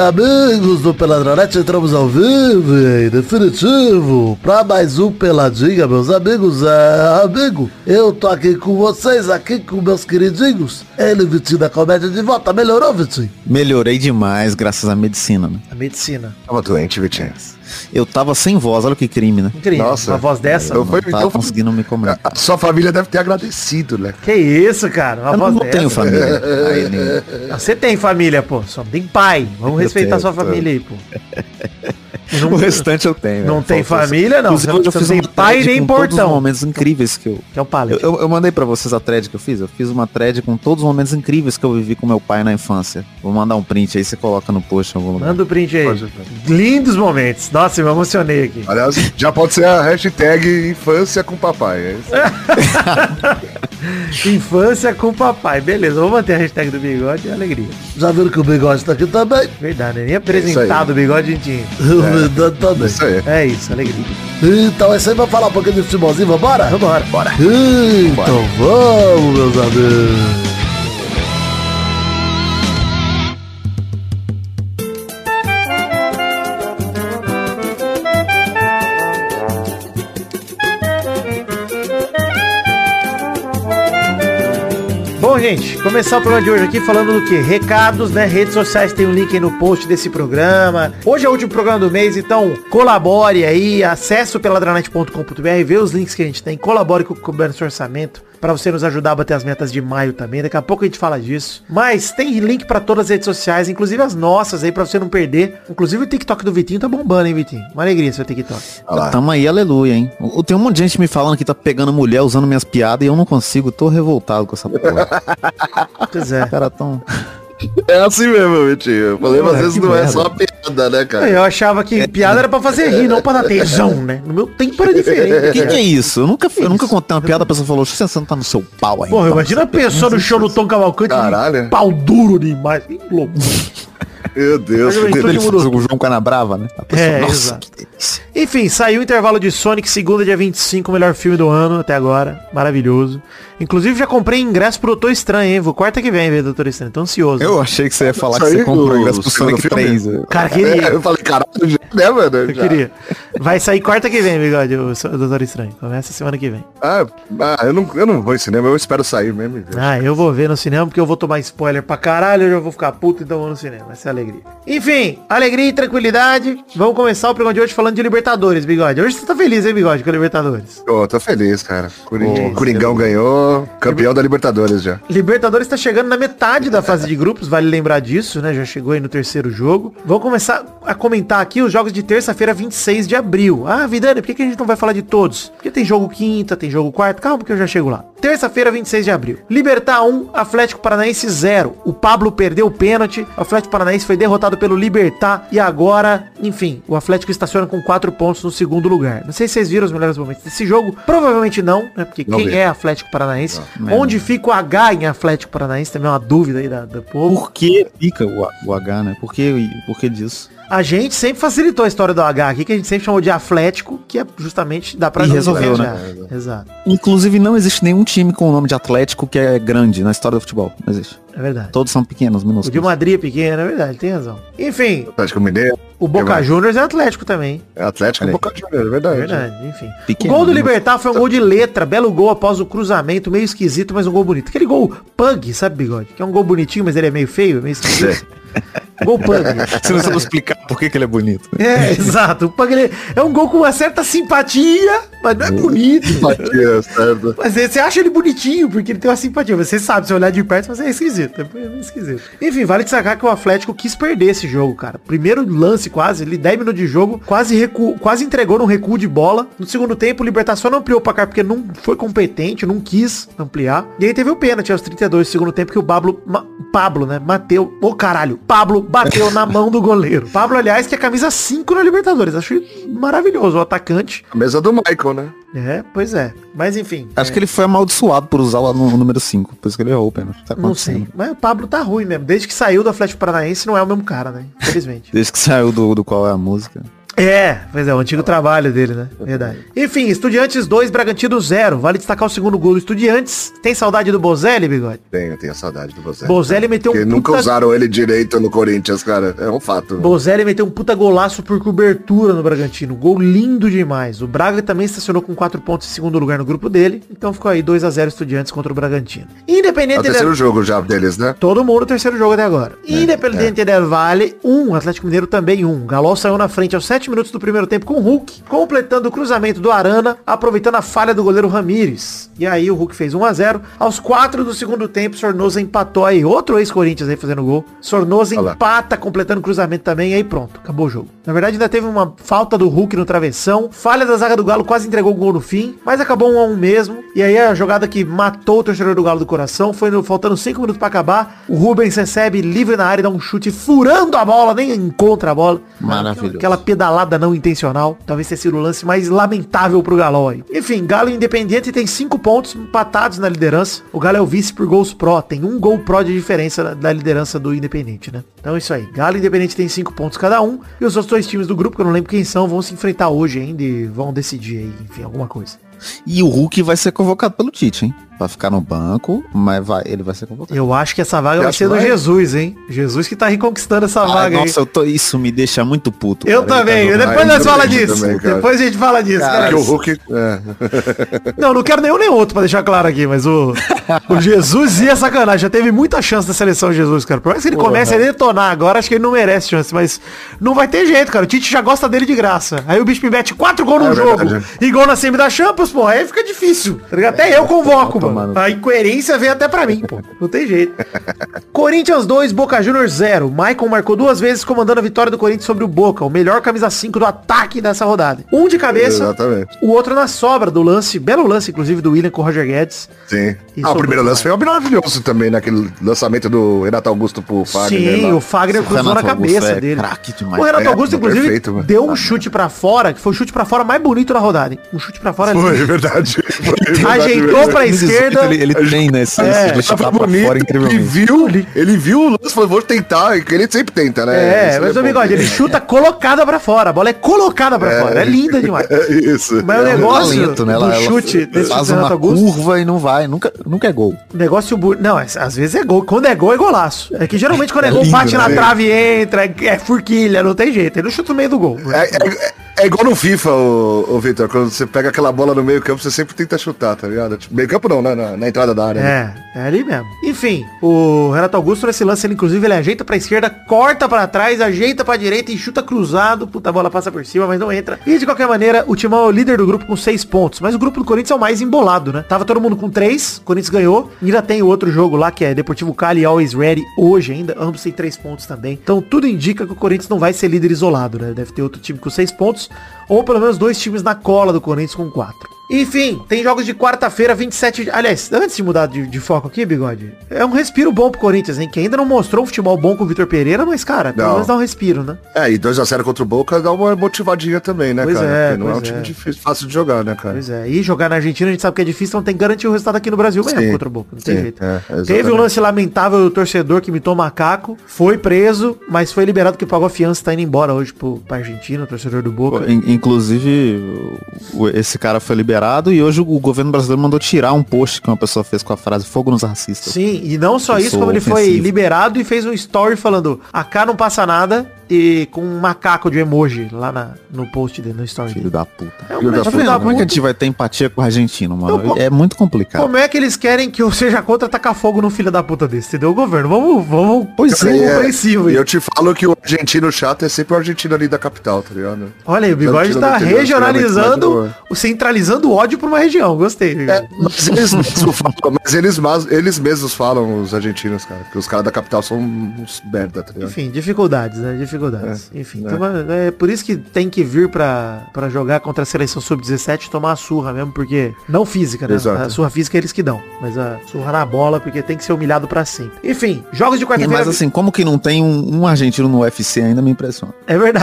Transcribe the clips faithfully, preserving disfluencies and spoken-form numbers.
Amigos do Peladronete, entramos ao vivo e em definitivo pra mais um Peladinha, meus amigos. É, amigo, eu tô aqui com vocês, aqui com meus queridinhos. Ele, Vitinho da Comédia, de volta. Melhorou, Vitinho? Melhorei demais, graças à medicina, né? A medicina. Tava doente, Vitinho. Eu tava sem voz, olha que crime, né? Incrível. Nossa. Uma voz dessa? Eu não tava então, conseguindo me comunicar. A sua família deve ter agradecido, né? Que isso, cara? Uma eu voz não dessa. tenho família. Aí, nem... Você tem família, pô. Só tem pai. Vamos respeitar sua família aí, pô. Não, o restante eu tenho. Não tem família, não. Você, eu fiz tem pai nem portão. Todos os momentos incríveis que eu... Que é o pallet. Eu, eu, eu mandei pra vocês a thread que eu fiz. Eu fiz uma thread com todos os momentos incríveis que eu vivi com meu pai na infância. Vou mandar um print aí, você coloca no post em algum lugar. Manda o print aí. Pode, pode. Lindos momentos. Nossa, eu me emocionei aqui. Aliás, já pode ser a hashtag infância com papai. É isso. Infância com papai. Beleza, vou manter a hashtag do bigode e alegria. Já viram que o bigode tá aqui também? Verdade, nem apresentado o bigode em tinha. É. Também. Isso aí. É isso, alegria. Então é isso aí, vamos falar um pouquinho de futebolzinho, vambora? Vambora, bora. Então vamos, meus amigos. Bom, gente, começar o programa de hoje aqui falando do que? Recados, né? Redes sociais, tem um link aí no post desse programa. Hoje é o último programa do mês, então colabore aí, acesse o peladranet ponto com ponto br, vê os links que a gente tem, colabore com o Cobrando Seu Orçamento, pra você nos ajudar a bater as metas de maio também. Daqui a pouco a gente fala disso. Mas tem link pra todas as redes sociais, inclusive as nossas aí, pra você não perder. Inclusive o TikTok do Vitinho tá bombando, hein, Vitinho? Uma alegria seu TikTok. Ah, tamo aí, aleluia, hein? Tem um monte de gente me falando que tá pegando mulher usando minhas piadas e eu não consigo. Tô revoltado com essa porra. Pois é. Cara, tão... É assim mesmo, Vitinho. Eu falei, mas às vezes não é só piada, né, cara? Eu achava que é. piada era pra fazer rir, não pra dar tesão, né? No meu tempo era diferente. O que, que é isso? Eu nunca, eu nunca contei uma piada, a pessoa falou, você não tá no seu pau aí. Porra, imagina a pessoa no show do Tom Cavalcante. Caralho. Pau duro demais. Que louco. Meu Deus. Ele fez o João Canabrava, né? Pessoa, é, nossa, exato. Que delícia. Enfim, saiu o intervalo de Sonic, segunda, dia vinte e cinco, o melhor filme do ano até agora. Maravilhoso. Inclusive, já comprei ingresso pro Doutor Estranho, hein? Vou quarta que vem ver Doutor Estranho. Tô ansioso. Eu achei que você ia falar que você comprou ingresso pro Sonic três. Cara, queria. É, eu falei, caralho, né, mano? Eu já. queria. Vai sair quarta que vem, bigode, o Doutor Estranho. Começa semana que vem. Ah, ah eu, não, eu não vou em cinema, eu espero sair mesmo. Ah, eu vou ver no cinema porque eu vou tomar spoiler pra caralho, eu já vou ficar puto, então eu vou no cinema. Vai ser alegria. Enfim, alegria e tranquilidade. Vamos começar o programa de hoje falando de Libertadores, bigode. Hoje você tá feliz, hein, bigode, com a Libertadores? Ô, oh, tô feliz, cara. Coring... Oh, Coringão ganhou, campeão da Libertadores já. Libertadores tá chegando na metade da fase de grupos, vale lembrar disso, né? Já chegou aí no terceiro jogo. Vamos começar a comentar aqui os jogos de terça-feira, vinte e seis de abril. Ah, Vidani, por que, que a gente não vai falar de todos? Porque tem jogo quinta, tem jogo quarta. Calma que eu já chego lá. Terça-feira, vinte e seis de abril. Libertar um, Atlético Paranaense zero. O Pablo perdeu o pênalti. O Atlético Paranaense foi derrotado pelo Libertar. E agora, enfim, o Atlético estaciona com quatro pontos no segundo lugar. Não sei se vocês viram os melhores momentos desse jogo. Provavelmente não, né? Porque não quem vi. é Atlético Paranaense? Não. Onde fica o H em Atlético Paranaense? Também é uma dúvida aí da, do povo. Por que fica o, o H, né? Por que, por que disso? A gente sempre facilitou a história do H aqui, que a gente sempre chamou de Atlético, que é justamente dá pra e resolveu, né? É, exato. Inclusive não existe nenhum time com o nome de Atlético que é grande na história do futebol. Não existe. É verdade. Todos são pequenos, minúsculos. O de Madrid é pequeno, é verdade, tem razão. Enfim. Atlético Mineiro. O Boca Juniors é Atlético também. É Atlético e Boca Juniors, é verdade. É verdade, enfim. Pequeno, o gol do Libertar foi um gol de letra, belo gol após o cruzamento, meio esquisito, mas um gol bonito. Aquele gol pug, sabe, bigode? Que é um gol bonitinho, mas ele é meio feio, meio esquisito. Gol pug. Você não sabe explicar por que, que ele é bonito. É, exato. O pug ele é um gol com uma certa simpatia, mas não é bonito. Simpatia, certo. Mas você acha ele bonitinho, porque ele tem uma simpatia. Você sabe, se olhar de perto, mas é esquisito. É meio esquisito. Enfim, vale destacar que o Atlético quis perder esse jogo, cara. Primeiro lance quase, ele dez minutos de jogo, quase recu... quase entregou num recuo de bola. No segundo tempo, o Libertar só não ampliou o placar porque não foi competente, não quis ampliar. E aí teve o pênalti aos trinta e dois do segundo tempo que o Pablo, Ma... Pablo, né, Mateu, ô oh, caralho, Pablo bateu na mão do goleiro. Pablo, aliás, que é camisa cinco na Libertadores. Acho maravilhoso o atacante. A mesa do Michael, né? É, pois é. Mas enfim. Acho é... que ele foi amaldiçoado por usar o número cinco. Por isso que ele errou o pênalti. Tá não sei. Mas o Pablo tá ruim mesmo. Desde que saiu do Atlético Paranaense não é o mesmo cara, né? Infelizmente. Desde que saiu do, do qual é a música. É, pois é, o antigo trabalho dele, né? Verdade. Enfim, Estudiantes dois, Bragantino zero. Vale destacar o segundo gol do Estudiantes. Tem saudade do Bozelli, Bigode? Tenho, tenho saudade do Bozelli. Bozelli meteu um Porque puta... nunca usaram ele direito no Corinthians, cara. É um fato. Bozelli meteu um puta golaço por cobertura no Bragantino. Gol lindo demais. O Braga também estacionou com quatro pontos em segundo lugar no grupo dele. Então ficou aí dois a zero Estudiantes contra o Bragantino. Independente... É o terceiro del... jogo já deles, né? Todo mundo o terceiro jogo até agora. É, Independente é. del Valle, um. Atlético Mineiro também um. Galol saiu na frente aos sete minutos do primeiro tempo com o Hulk, completando o cruzamento do Arana, aproveitando a falha do goleiro Ramírez. E aí o Hulk fez um a zero. Aos quatro do segundo tempo, Sornosa empatou aí. Outro ex-Corinthians aí fazendo gol. Sornosa empata, completando o cruzamento também. E aí pronto, acabou o jogo. Na verdade ainda teve uma falta do Hulk no travessão. Falha da zaga do Galo, quase entregou o gol no fim. Mas acabou um a um mesmo. E aí a jogada que matou o torcedor do Galo do coração. Foi no, faltando cinco minutos pra acabar. O Rubens recebe livre na área e dá um chute furando a bola. Nem encontra a bola. Maravilhoso. Aquela pedalada não intencional. Talvez tenha sido o lance mais lamentável pro Galo aí. Enfim, Galo Independiente tem cinco pontos empatados na liderança. O Galo é o vice por gols pró. Tem um gol pró de diferença da liderança do Independiente, né? Então é isso aí. Galo e Independiente tem cinco pontos cada um. E os outros dois times do grupo, que eu não lembro quem são, vão se enfrentar hoje ainda e vão decidir aí, enfim, alguma coisa. E o Hulk vai ser convocado pelo Tite, hein? Vai ficar no banco, mas vai, ele vai ser convocado. Eu acho que essa vaga Eu vai acho ser que do vai. Jesus, hein? Jesus que tá reconquistando essa Ah, vaga nossa, aí. eu tô, isso me deixa muito puto. Eu cara. também. Ele tá Depois Ah, nós fala Independente disso. também, cara. Depois a gente fala disso, Cara, cara. Porque o Hulk... É. Não, não quero nenhum nem outro, pra deixar claro aqui, mas o, o Jesus ia sacanagem. Já teve muita chance da seleção Jesus, cara. Por mais que ele Porra. comece a detonar agora, acho que ele não merece chance, mas não vai ter jeito, cara. O Tite já gosta dele de graça. Aí o bicho me mete quatro gols no É jogo verdade. e gol na semi da Champions, porra, aí fica difícil. Tá ligado? Até eu convoco, Tá mano. tomando. A incoerência vem até pra mim, pô. Não tem jeito. Corinthians dois, Boca Juniors zero. Maicon marcou duas vezes comandando a vitória do Corinthians sobre o Boca, o melhor camisa cinco do ataque dessa rodada. Um de cabeça, Exatamente. o outro na sobra do lance, belo lance, inclusive, do William com o Roger Guedes. Sim. E Ah, o sobrou primeiro lance demais. foi maravilhoso também, né? Aquele lançamento do Renato Augusto pro Fagner. Sim, lá. o Fagner O cruzou na Renato Augusto cabeça é dele. craque demais. O Renato É, Augusto, inclusive, perfeito, mano. deu um chute pra fora, que foi o chute pra fora mais bonito da rodada, hein? Um chute pra fora Foi, ali. verdade. Foi verdade Ajeitou mesmo. pra esquerda. Ele, ele tem, né? Esse, É, esse de chutar Tava pra bonito, fora ele incrivelmente. viu, ele viu o lance, falou, vou tentar, que ele sempre tenta, né? É, Isso mas é o bom Bigode, dele. ele chuta colocada pra fora. A bola é colocada pra fora. É linda demais. É isso. Mas o É um negócio Talento, né? do Ela, ela chute desse faz Renato uma Augusto, curva e não vai. Nunca, nunca é gol. o negócio... bu- Não, é- às vezes é gol. Quando é gol, é golaço. É que geralmente quando é, É gol, lindo, bate na né? trave e entra. É, é furquilha, não tem jeito. Ele não chuta no meio do gol. É, é- é igual no FIFA, ô, ô Vitor, quando você pega aquela bola no meio campo, você sempre tenta chutar, tá ligado? Tipo, meio campo não, na, na, na entrada da área. né? É, é ali mesmo. Enfim, o Renato Augusto nesse lance, ele inclusive ele ajeita pra esquerda, corta pra trás, ajeita pra direita e chuta cruzado. Puta, a bola passa por cima, mas não entra. E de qualquer maneira, o Timão é o líder do grupo com seis pontos. Mas o grupo do Corinthians é o mais embolado, né? Tava todo mundo com três, o Corinthians ganhou. E ainda tem o outro jogo lá, que é Deportivo Cali e Always Ready hoje ainda. Ambos têm três pontos também. Então tudo indica que o Corinthians não vai ser líder isolado, né? Deve ter outro time com seis pontos. Ou pelo menos dois times na cola do Corinthians com quatro. Enfim, tem jogos de quarta-feira, vinte e sete... de- Aliás, antes de mudar de, de foco aqui, Bigode, é um respiro bom pro Corinthians, hein? Que ainda não mostrou um futebol bom com o Vitor Pereira, mas, cara, pelo Não. menos dá um respiro, né? É, e dois a zero contra o Boca dá uma motivadinha também, né, Pois cara? é, Porque não é um pois time é. difícil, fácil de jogar, né, cara? Pois é, e jogar na Argentina a gente sabe que é difícil, então tem que garantir o resultado aqui no Brasil mesmo Sim, contra o Boca, não tem sim, jeito. é, Teve exatamente. um lance lamentável do torcedor que imitou macaco, foi preso, mas foi liberado porque pagou a fiança, tá indo embora hoje pro, pra Argentina, o torcedor do Boca. In- Inclusive, o- esse cara foi liberado e hoje o governo brasileiro mandou tirar um post que uma pessoa fez com a frase fogo nos racistas. Sim, e não só Eu isso, sou como ele foi ofensivo. liberado e fez um story falando, acá não passa nada, e com um macaco de emoji lá na, no post dele, no story Filho dele. da puta. É um Filho da grande Tá filho vendo? da Como é que a puta. gente vai ter empatia com o argentino, mano? Então, É muito complicado. Como é que eles querem que eu seja contra tacar fogo no filho da puta desse, entendeu? O governo, vamos, vamos Pois ser é, compreensível E aí. eu te falo que o argentino chato é sempre o argentino ali da capital, tá ligado? Olha aí, o Bigode Tanto tá no interior, regionalizando, geralmente, o centralizando o ódio pra uma região, gostei. É, mas eles mesmos falam, mas eles, mas eles mesmos falam, os argentinos, cara, que os caras da capital são uns merda, tá ligado? Enfim, dificuldades, né? Dificuldades. É, Enfim, é. então, é por isso que tem que vir pra, pra jogar contra a seleção sub dezessete e tomar a surra mesmo, porque não física, né? Exato. A surra física é eles que dão, mas a surra na bola, porque tem que ser humilhado pra sempre. Enfim, jogos de quarta-feira... Mas assim, como que não tem um, um argentino no U F C ainda me impressiona. É verdade.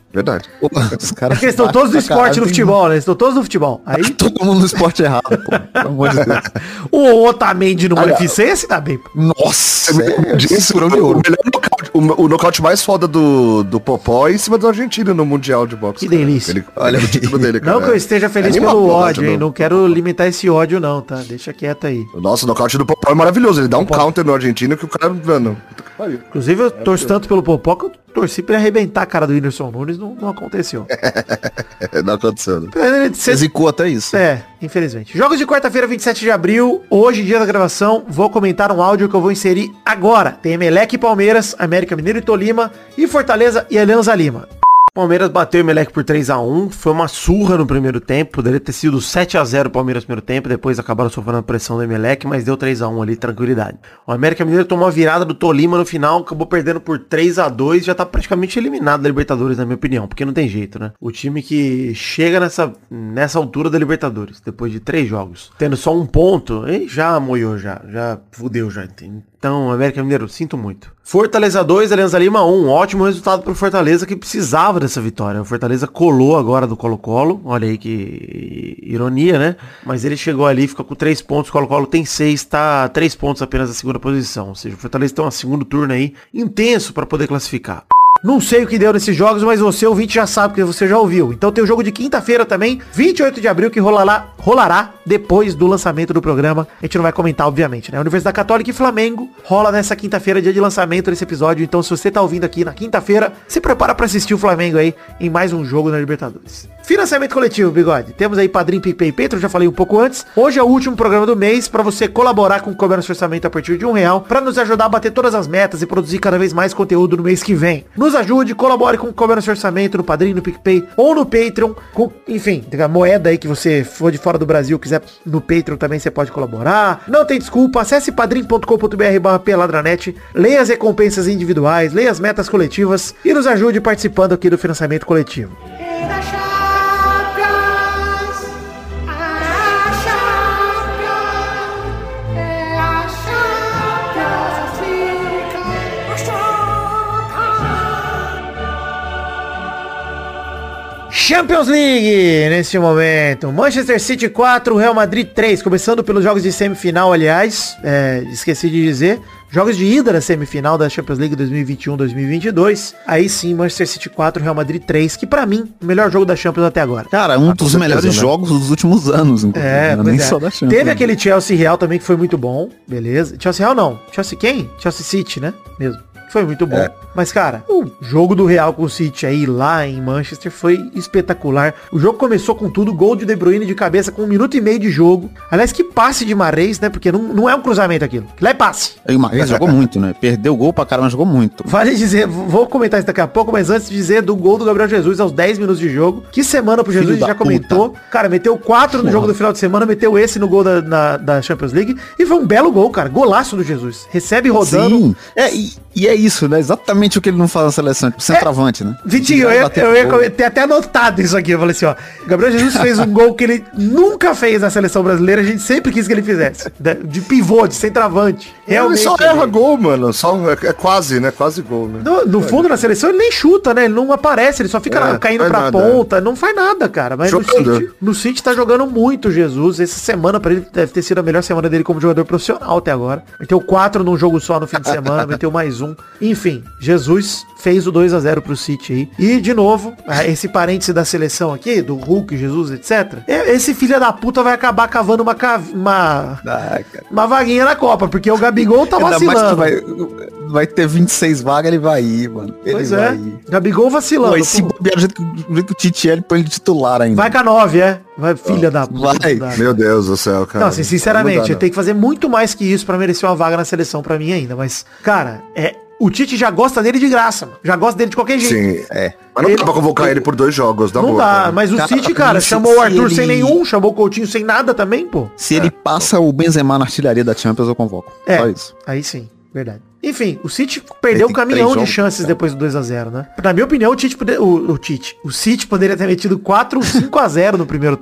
Verdade. Os caras É que eles estão todos no esporte, no futebol, né? Eles estão todos no futebol. Aí todo mundo no esporte errado, pô. Pelo amor de Deus. o Otamendi numa eficiência dá bem. Nossa, É, é, o, o, melhor nocaute, o, o nocaute mais foda do, do Popó é em cima do Argentina no Mundial de Boxe. Que delícia. Ele, Olha o título dele, cara. Não que eu esteja feliz É pelo animal, ódio, hein? não. Não quero limitar esse ódio, não, tá? Deixa quieto aí. Nossa, o nocaute do Popó é maravilhoso. Ele dá um counter no Argentina que o cara, mano, puta que pariu. Inclusive, eu torço tanto pelo Popó que eu torci pra ele arrebentar a cara do Whindersson Nunes, não, não aconteceu. Não aconteceu. Você zicou até isso. É, infelizmente. Jogos de quarta-feira, vinte e sete de abril. Hoje, dia da gravação, vou comentar um áudio que eu vou inserir agora. Tem Emelec e Palmeiras, América Mineiro e Tolima, e Fortaleza e Alianza Lima. Palmeiras bateu o Emelec por três a um, foi uma surra no primeiro tempo, poderia ter sido sete a zero o Palmeiras no primeiro tempo, depois acabaram sofrendo a pressão do Emelec, mas deu três a um ali, tranquilidade. O América Mineiro tomou a virada do Tolima no final, acabou perdendo por três a dois, já tá praticamente eliminado da Libertadores, na minha opinião, porque não tem jeito, né? O time que chega nessa, nessa altura da Libertadores, depois de três jogos, tendo só um ponto, e já moiou já, já fudeu já, entende? Então, América Mineiro, sinto muito. Fortaleza dois, Alianza Lima um. Ótimo resultado pro Fortaleza, que precisava dessa vitória. O Fortaleza colou agora do Colo-Colo. Olha aí que ironia, né? Mas ele chegou ali, ficou com três pontos. O Colo-Colo tem seis, tá três pontos apenas da segunda posição. Ou seja, o Fortaleza tem um segundo turno aí intenso para poder classificar. Não sei o que deu nesses jogos, mas você, ouvinte, já sabe, porque você já ouviu. Então tem o jogo de quinta-feira também, vinte e oito de abril, que rolará, rolará depois do lançamento do programa. A gente não vai comentar, obviamente, né? Universidade Católica e Flamengo rola nessa quinta-feira, dia de lançamento desse episódio. Então, se você tá ouvindo aqui na quinta-feira, se prepara pra assistir o Flamengo aí em mais um jogo na Libertadores. Financiamento coletivo, Bigode. Temos aí Padrim, PicPay e Patreon, já falei um pouco antes. Hoje é o último programa do mês para você colaborar com o Comércio Orçamento a partir de um real, para nos ajudar a bater todas as metas e produzir cada vez mais conteúdo no mês que vem. Nos ajude, colabore com o Comércio Orçamento no Padrim, no PicPay ou no Patreon. Com, enfim, a moeda aí que você for de fora do Brasil, quiser no Patreon também você pode colaborar. Não tem desculpa, acesse padrim ponto com ponto br barra peladranet, leia as recompensas individuais, leia as metas coletivas e nos ajude participando aqui do financiamento coletivo. Champions League, neste momento, Manchester City quatro, Real Madrid três, começando pelos jogos de semifinal, aliás, é, esqueci de dizer, jogos de ida da semifinal da Champions League dois mil e vinte e um, dois mil e vinte e dois, aí sim, Manchester City quatro, Real Madrid três, que pra mim, o melhor jogo da Champions até agora. Cara, um dos melhores né? jogos dos últimos anos, inclusive, é, né? Nem é. só da Champions. Teve aquele Chelsea Real também que foi muito bom, beleza, Chelsea Real não, Chelsea quem? Chelsea City, né, mesmo. Foi muito bom. É. Mas, cara, o jogo do Real com o City aí lá em Manchester foi espetacular. O jogo começou com tudo, gol de De Bruyne de cabeça com um minuto e meio de jogo. Aliás, que passe de Mahrez, né? Porque não, não é um cruzamento aquilo. Lá é passe. E o Mahrez jogou muito, né? Perdeu o gol pra caramba, jogou muito. Vale dizer, vou comentar isso daqui a pouco, mas antes de dizer do gol do Gabriel Jesus aos dez minutos de jogo. Que semana pro Jesus, a gente já comentou. Puta. Cara, meteu quatro no Porra. jogo do final de semana, meteu esse no gol da, na, da Champions League. E foi um belo gol, cara. Golaço do Jesus. Recebe rodando. Sim. É, e, e é isso, né? Exatamente o que ele não faz na seleção, tipo, centroavante, é, né? Vitinho, eu, ia, eu ia ter até anotado isso aqui, eu falei assim, ó, Gabriel Jesus fez um gol que ele nunca fez na seleção brasileira, a gente sempre quis que ele fizesse, de pivô, de centroavante. Realmente. Ele só erra ele... gol, mano, só, é, é quase, né, quase gol, né? No, no fundo, na seleção, ele nem chuta, né, ele não aparece, ele só fica é, caindo pra nada, ponta, é. não faz nada, cara, mas no City, no City tá jogando muito Jesus, essa semana pra ele deve ter sido a melhor semana dele como jogador profissional até agora, meteu quatro num jogo só no fim de semana, meteu mais um, enfim, Jesus fez o dois a zero pro City aí. E, de novo, esse parêntese da seleção aqui, do Hulk, Jesus, etcétera. Esse filho da puta vai acabar cavando uma, uma, ah, uma vaguinha na Copa, porque o Gabigol tá vacilando. Vai, vai ter vinte e seis vagas, ele vai ir, mano. Ele pois vai é. ir. Gabigol vacilando. Pô, se bobear do jeito que, do jeito que o Tite é, ele põe ele titular ainda. Vai com a nove, é? Vai, filha oh, da puta. Vai. Meu Deus do céu, cara. Não, assim, sinceramente, tem que fazer muito mais que isso pra merecer uma vaga na seleção pra mim ainda. Mas, cara, é... O Tite já gosta dele de graça, mano. Já gosta dele de qualquer jeito. Sim, é. Mas não ele, dá pra convocar ele, ele por dois jogos, dá Não boa, dá, cara. mas o cara, City, cara, chamou o Arthur ele... sem nenhum, chamou o Coutinho sem nada também, pô. Se é. ele passa o Benzema na artilharia da Champions, eu convoco. É, só isso. Aí sim, verdade. Enfim, o City perdeu um caminhão de chances depois do dois a zero, né? Na minha opinião, o Tite, poder, o, o Tite, o City poderia ter metido quatro ou cinco a zero no primeiro tempo.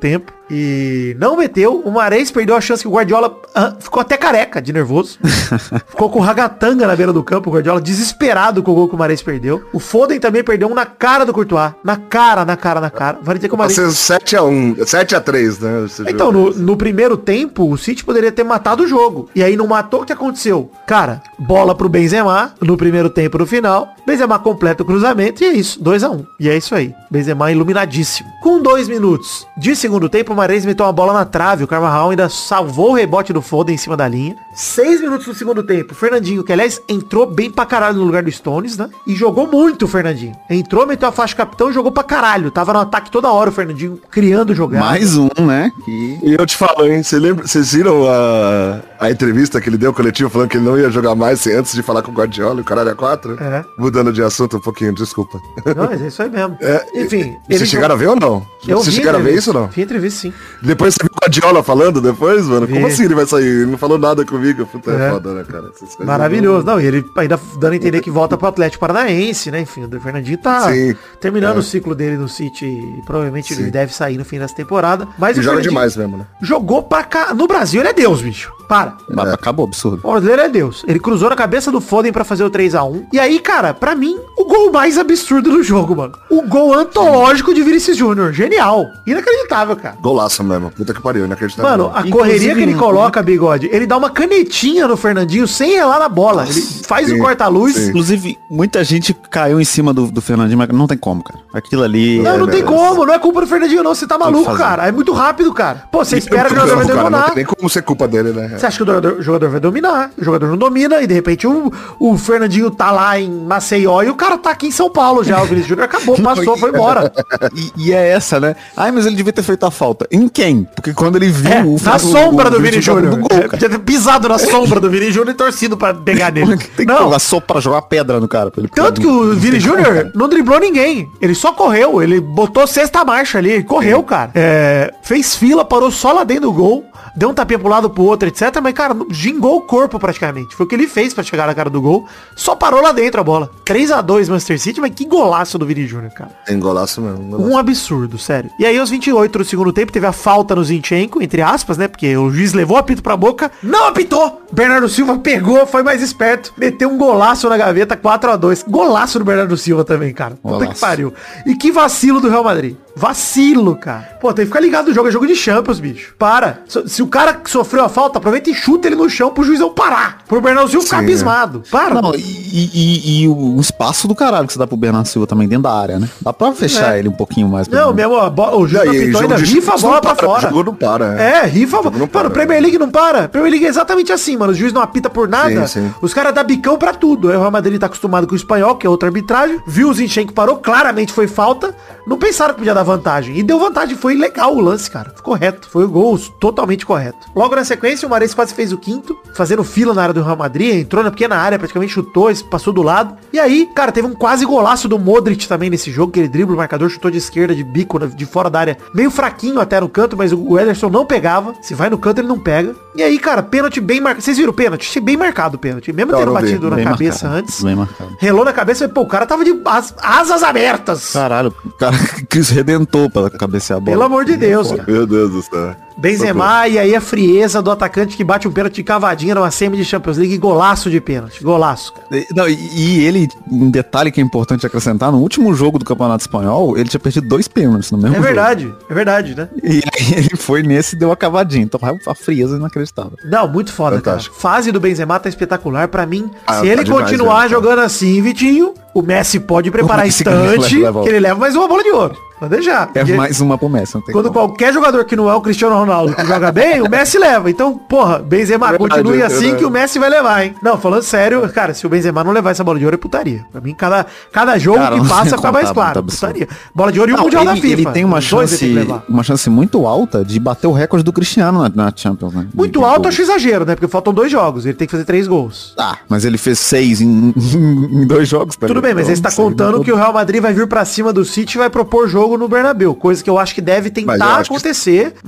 E não meteu. O Mahrez perdeu a chance que o Guardiola ah, ficou até careca de nervoso. Ficou com o ragatanga na beira do campo. O Guardiola desesperado com o gol que o Mahrez perdeu. O Foden também perdeu um na cara do Courtois. Na cara, na cara, na cara. Vale dizer que o Mahrez... sete a um, sete a três, né? Então, no, no primeiro tempo, o City poderia ter matado o jogo. E aí não matou, o que aconteceu? Cara, bola pro Benzema no primeiro tempo, no final. Benzema completa o cruzamento e é isso, dois a um. E é isso aí. Benzema iluminadíssimo. Com dois minutos de segundo tempo, o Mahrez meteu uma bola na trave. O Carvajal ainda salvou o rebote do Foden em cima da linha. Seis minutos no segundo tempo, o Fernandinho, que aliás entrou bem pra caralho no lugar do Stones, né? E jogou muito o Fernandinho. Entrou, meteu a faixa capitão e jogou pra caralho. Tava no ataque toda hora o Fernandinho, criando jogada. Mais um, né? Que... E eu te falo, hein? Você lembra, vocês viram a, a entrevista que ele deu coletivo falando que ele não ia jogar mais antes de falar com o Guardiola, o caralho é quatro? É. Mudando de assunto um pouquinho, desculpa. Não, mas é isso aí mesmo. É, Enfim. Vocês chegaram jogou... a ver ou não? Eu Vocês vi chegaram a ver isso ou não? Vi entrevista, sim. Depois você viu o Guardiola falando depois, mano? Vi. Como assim ele vai sair? Ele não falou nada comigo. Puta, é, é foda, né, cara? Maravilhoso. Não, e ele ainda dando a entender que volta pro Atlético Paranaense, né? Enfim, o Fernandinho tá Sim, terminando é. o ciclo dele no City e provavelmente Sim. ele deve sair no fim dessa temporada. Mas E o joga Fernandinho demais mesmo, né? jogou pra cá. No Brasil ele é Deus, bicho. Para. É. Acabou, absurdo. O brasileiro é Deus. Ele cruzou na cabeça do Foden pra fazer o três a um. E aí, cara, pra mim, o gol mais absurdo do jogo, mano. O gol antológico de Vinícius Júnior. Genial. Inacreditável, cara. Golaço mesmo. Puta que pariu, inacreditável. Mano, a Inclusive, correria que ele coloca, Bigode, ele dá uma canetinha no Fernandinho sem relar na bola. Ele faz sim, o corta-luz. sim. Inclusive, muita gente caiu em cima do, do Fernandinho, mas não tem como, cara. Aquilo ali... Não, é, não tem é, como, não é culpa do Fernandinho, não. Você tá maluco, fazer. cara. É muito rápido, cara. Pô, você espera que o jogador vai cara, não demorar. tem nem como ser culpa dele, né? Você acha que o jogador, o jogador vai dominar? O jogador não domina e de repente o, o Fernandinho tá lá em Maceió e o cara tá aqui em São Paulo já. O Vinícius Júnior acabou, passou, foi embora. E, e é essa, né? Ai, mas ele devia ter feito a falta. Em quem? Porque quando ele viu... É, o, na o, sombra o, do o, Vini o, Júnior. do gol, É, podia ter pisado na sombra do Vini Júnior e torcido pra pegar nele. Tem que Não. colocar sopa pra jogar pedra no cara. Pra ele Tanto que o Vini Júnior não driblou ninguém. Ele só correu. Ele botou sexta marcha ali. Ele correu, cara. É, fez fila, parou só lá dentro do gol. Deu um tapinha pro lado pro outro, etcétera. Mas, cara, gingou o corpo praticamente. Foi o que ele fez pra chegar na cara do gol. Só parou lá dentro a bola. três a dois Manchester City, mas que golaço do Vini Júnior, cara. Tem golaço mesmo. Golaço. Um absurdo, sério. E aí, aos vinte e oito do segundo tempo, teve a falta no Zinchenko, entre aspas, né? Porque o juiz levou o apito pra boca, não apitou! Bernardo Silva pegou, foi mais esperto, meteu um golaço na gaveta, quatro a dois. Golaço do Bernardo Silva também, cara. Puta Golaço. que pariu. E que vacilo do Real Madrid. Vacilo, cara. Pô, tem que ficar ligado no jogo, é jogo de Champions, bicho. Para. So- Se o cara que sofreu a falta, aproveita e chuta ele no chão pro juizão parar. Pro Bernardo Silva ficar Sim, abismado. Para. Não, e, e- e o espaço do caralho que você dá pro Bernardo Silva também dentro da área, né? Dá pra fechar É. ele um pouquinho mais. Não, mesmo, a bola, o juiz E aí, apitou jogo ainda de rifa a Champions bola não pra para, fora. o jogo não para, É, rifa. O jogo não para, Mano, Premier League não para. Premier League é exatamente assim, mano. O juiz não apita por nada. Sim, sim. Os caras dão bicão pra tudo. Aí o Real Madrid tá acostumado com o espanhol, que é outra arbitragem. Viu o Zinchenko, parou. Claramente foi falta. Não pensaram que podia dar vantagem. E deu vantagem. Foi legal o lance, cara. Foi correto. Foi o gol totalmente correto. Logo na sequência, o Mahrez quase fez o quinto. Fazendo fila na área do Real Madrid. Entrou na pequena área, praticamente chutou, passou do lado. E aí, cara, teve um quase golaço do Modric também nesse jogo. Que ele dribla o marcador, chutou de esquerda, de bico, de fora da área. Meio fraquinho até no canto, mas o Ederson não pegava. Se vai no canto, ele não pega. E aí, cara, pênalti bem marcado. Vocês viram o pênalti? Achei bem marcado o pênalti. Mesmo Não, tendo não vi. batido na Bem cabeça marcado. antes. Bem marcado. Relou na cabeça e, pô, o cara tava de as- asas abertas. Caralho, o cara Cristo Redentor pra cabecear a bola. Pelo amor de Deus, cara. Meu Deus do céu. Benzema e aí a frieza do atacante que bate um pênalti de cavadinha numa semi de Champions League. Golaço de pênalti. Golaço, cara. E- Não, e, e ele, um detalhe que é importante acrescentar, no último jogo do Campeonato Espanhol, ele tinha perdido dois pênaltis no mesmo É jogo. verdade. É verdade, né? E aí ele foi nesse e deu a cavadinha. Então a frieza inacreditável. Não, muito foda, Fantástico. cara. Fase do Benzema tá espetacular pra mim. Ah, se tá ele demais, continuar né, cara? jogando assim, Vitinho, o Messi pode preparar O Messi que ele estante leva- que ele leva mais uma bola de ouro. Pode deixar. É Porque mais uma promessa, não tem quando como. qualquer jogador que não é o Cristiano Ronaldo que joga bem, o Messi leva. Então, porra, Benzema, Verdade, continue assim verdade. que o Messi vai levar, hein? Não, falando sério, cara, se o Benzema não levar essa bola de ouro é putaria. Pra mim, cada, cada jogo Cara, que não passa tem fica como, mais tá claro. muito absurdo. Putaria. Bola de ouro e o Não, Mundial ele, da FIFA. ele tem uma Os dois ele tem chance, que levar. uma chance muito alta de bater o recorde do Cristiano na, na Champions, né? Muito De alto, gols. acho exagero, né? Porque faltam dois jogos. Ele tem que fazer três gols. Ah, mas ele fez seis em, em dois jogos. Tá Tudo bem, mas Então, aí você tá não sei, contando não que o Real Madrid vai vir pra cima do City e vai propor jogo no Bernabéu. Coisa que eu acho que deve Mas eu tentar acho que- acontecer. Mas propor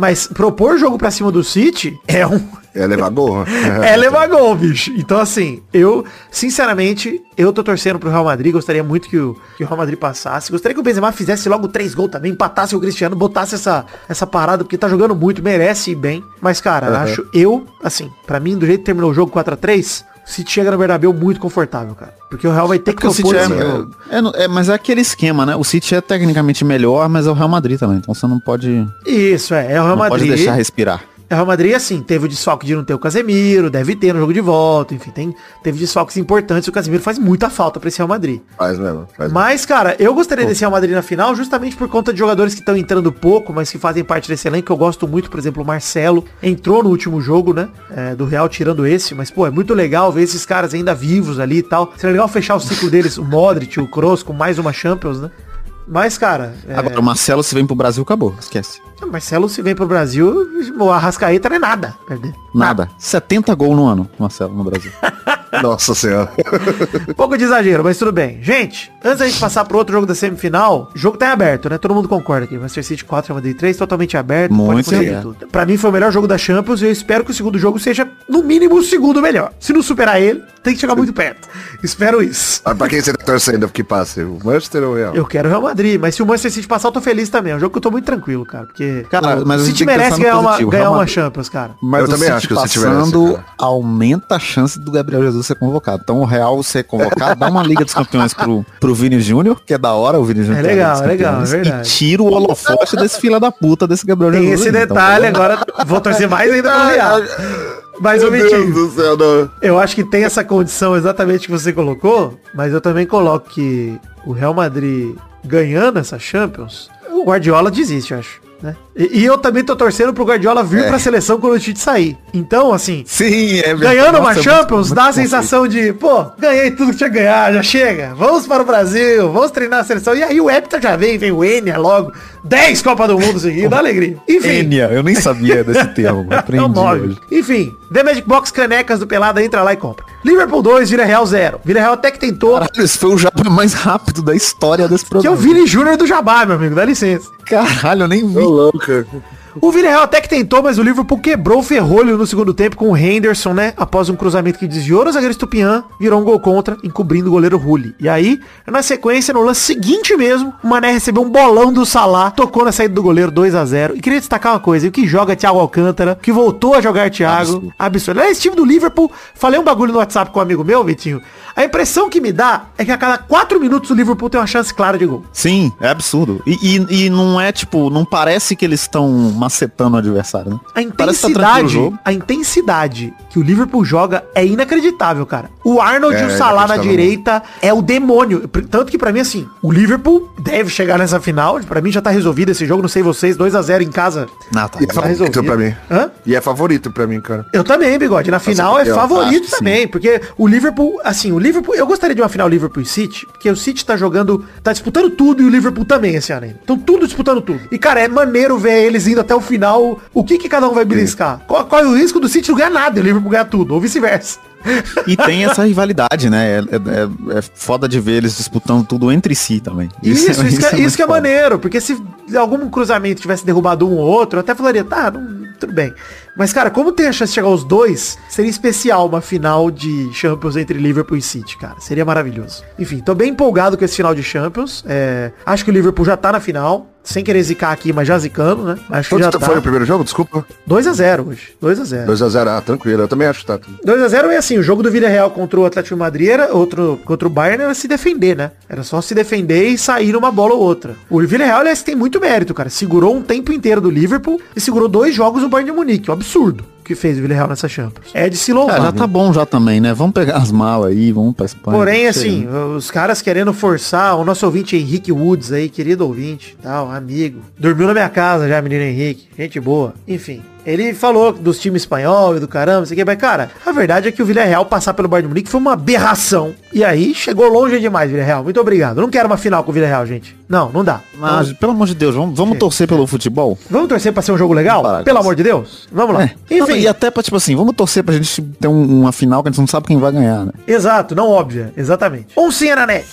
propor jogo pra cima do City é um... É levar gol. é levar gol, bicho. Então, assim, eu, sinceramente, eu tô torcendo pro Real Madrid. Gostaria muito que o, que o Real Madrid passasse. Gostaria que o Benzema fizesse logo três gols também, empatasse o Cristiano, botasse essa, essa parada, porque tá jogando muito, merece ir bem. Mas, cara, uhum. acho eu, assim, pra mim, do jeito que terminou o jogo quatro a três, o City chega no Bernabéu muito confortável, cara. Porque o Real vai ter é que propor esse jogo. É, é, é, mas é aquele esquema, né? O City é tecnicamente melhor, mas é o Real Madrid também. Então você não pode... Isso, é. É o Real não Madrid. Pode deixar respirar. O Real Madrid, assim, teve o desfalque de não ter o Casemiro, deve ter no jogo de volta, enfim, tem, teve desfalques importantes, o Casemiro faz muita falta pra esse Real Madrid. Faz mesmo. Faz mas, cara, eu gostaria Pô. desse Real Madrid na final, justamente por conta de jogadores que estão entrando pouco, mas que fazem parte desse elenco, que eu gosto muito, por exemplo, o Marcelo, entrou no último jogo, né, é, do Real, tirando esse, mas, pô, é muito legal ver esses caras ainda vivos ali e tal. Seria legal fechar o ciclo deles, o Modric, o Kroos, com mais uma Champions, né. Mas, cara... É... Agora, o Marcelo, se vem pro Brasil, acabou. Esquece. O Marcelo, se vem pro Brasil, o Arrascaeta não é nada. Perder. Nada. nada. setenta gols no ano, Marcelo, no Brasil. Nossa senhora. Um pouco de exagero, mas tudo bem. Gente, antes da gente passar pro outro jogo da semifinal, o jogo tá em aberto, né? Todo mundo concorda aqui. Manchester City quatro, Real Madrid três, totalmente aberto. Muito é. tudo. Pra mim foi o melhor jogo da Champions e eu espero que o segundo jogo seja, no mínimo, o segundo melhor. Se não superar ele, tem que chegar muito perto. Espero isso. Ah, pra quem você tá torcendo que passe? O Manchester ou o Real? Eu quero o Real Madrid, mas se o Manchester City passar, eu tô feliz também. É um jogo que eu tô muito tranquilo, cara. Porque cara, mas o City merece ganhar uma, ganhar uma Champions, cara. Mas eu também City acho que o City passando merece, aumenta a chance do Gabriel Jesus ser convocado. Então o Real ser convocado, dá uma Liga dos Campeões pro, pro Vini Júnior, que é da hora o Vini Júnior. É legal, é legal, é verdade. E tira o holofote desse fila da puta desse Gabriel Tem Jesus. Tem esse detalhe, então, agora vou torcer mais ainda pelo Real. Mas, ô Vitinho, eu acho que tem essa condição exatamente que você colocou, mas eu também coloco que o Real Madrid ganhando essa Champions, o Guardiola desiste, eu acho. Né? E, e eu também tô torcendo pro Guardiola vir é. pra seleção quando o Tite sair. Então, assim, sim, é ganhando Nossa, uma Champions, muito, dá muito a sensação de, pô, ganhei tudo que tinha que ganhar, já chega. Vamos para o Brasil, vamos treinar a seleção. E aí o Hepta já vem, vem o Enia logo. dez Copa do Mundo seguidas, dá alegria. Enfim. Enia, eu nem sabia desse termo. Aprendi hoje. Enfim, The Magic Box Canecas do Pelada, entra lá e compra. Liverpool dois, Vila Real zero. Vila Real até que tentou. Caralho, esse foi o jabá mais rápido da história desse programa. Que é o Vini Júnior do Jabá, meu amigo, dá licença. Caralho, eu nem vi. Tô louco. O Villarreal até que tentou, mas o Liverpool quebrou o ferrolho no segundo tempo com o Henderson, né? Após um cruzamento que desviou o zagueiro Estupiñán, virou um gol contra, encobrindo o goleiro Rulli. E aí, na sequência, no lance seguinte mesmo, o Mané recebeu um bolão do Salah, tocou na saída do goleiro dois a zero. E queria destacar uma coisa, o que joga Thiago Alcântara, que voltou a jogar Thiago. Absurdo. Absurdo. Esse time do Liverpool, falei um bagulho no WhatsApp com um amigo meu, Vitinho. A impressão que me dá é que a cada quatro minutos o Liverpool tem uma chance clara de gol. Sim, é absurdo. E, e, e não é, tipo, não parece que eles estão macetando o adversário, né? A intensidade, tá a intensidade que o Liverpool joga é inacreditável, cara. O Arnold é, e o Salah na direita é o demônio. Tanto que pra mim, assim, o Liverpool deve chegar nessa final. Pra mim já tá resolvido esse jogo, não sei vocês, dois a zero em casa. Não, tá, e é favorito pra mim. Hã? E é favorito pra mim, cara. Eu também, Bigode. Na final é favorito também, porque o Liverpool, assim, o Liverpool, eu gostaria de uma final Liverpool e City, porque o City tá jogando, tá disputando tudo e o Liverpool também esse ano ainda. Então tudo disputando tudo. E, cara, é maneiro ver eles indo até o final. O que que cada um vai beliscar? Qual, qual é o risco do City não ganhar nada e o Liverpool ganhar tudo, ou vice-versa. E tem essa rivalidade, né? É, é, é foda de ver eles disputando tudo entre si também. Isso, isso, isso, que, é, isso que é maneiro, porque se algum cruzamento tivesse derrubado um ou outro, eu até falaria, tá, não, tudo bem. Mas, cara, como tem a chance de chegar aos dois, seria especial uma final de Champions entre Liverpool e City, cara. Seria maravilhoso. Enfim, tô bem empolgado com esse final de Champions. É, acho que o Liverpool já tá na final. Sem querer zicar aqui, mas já zicando, né? Acho que já tá. Foi o primeiro jogo? Desculpa. dois a zero hoje. dois a zero. dois a zero, ah, tranquilo. Eu também acho que tá. dois a zero é assim, o jogo do Villarreal contra o Atlético de Madrid era outro, contra o Bayern era se defender, né? Era só se defender e sair numa bola ou outra. O Villarreal, aliás, tem muito mérito, cara. Segurou um tempo inteiro do Liverpool e segurou dois jogos no Bayern de Munique. Um absurdo que fez o Villarreal nessa Champions. É de se louvar. É, já tá bom já também, né? Vamos pegar as malas aí, vamos pra Espanha. Porém, assim, os caras querendo forçar, o nosso ouvinte Henrique Woods aí, querido ouvinte, tal, amigo. Dormiu na minha casa já, menino Henrique. Gente boa. Enfim. Ele falou dos times espanhol e do caramba, sei que, mas, cara, a verdade é que o Villarreal passar pelo Bayern de Munique foi uma aberração. E aí, chegou longe demais, Villarreal. Muito obrigado. Eu não quero uma final com o Villarreal, gente. Não, não dá. Mas, não. Pelo amor de Deus, vamos, vamos torcer pelo futebol? Vamos torcer pra ser um jogo legal? Pelo disso. Amor de Deus? Vamos lá. É. Enfim. Não, e até pra, tipo assim, vamos torcer pra gente ter um, uma final que a gente não sabe quem vai ganhar, né? Exato, não óbvia. Exatamente. Oncinha na net.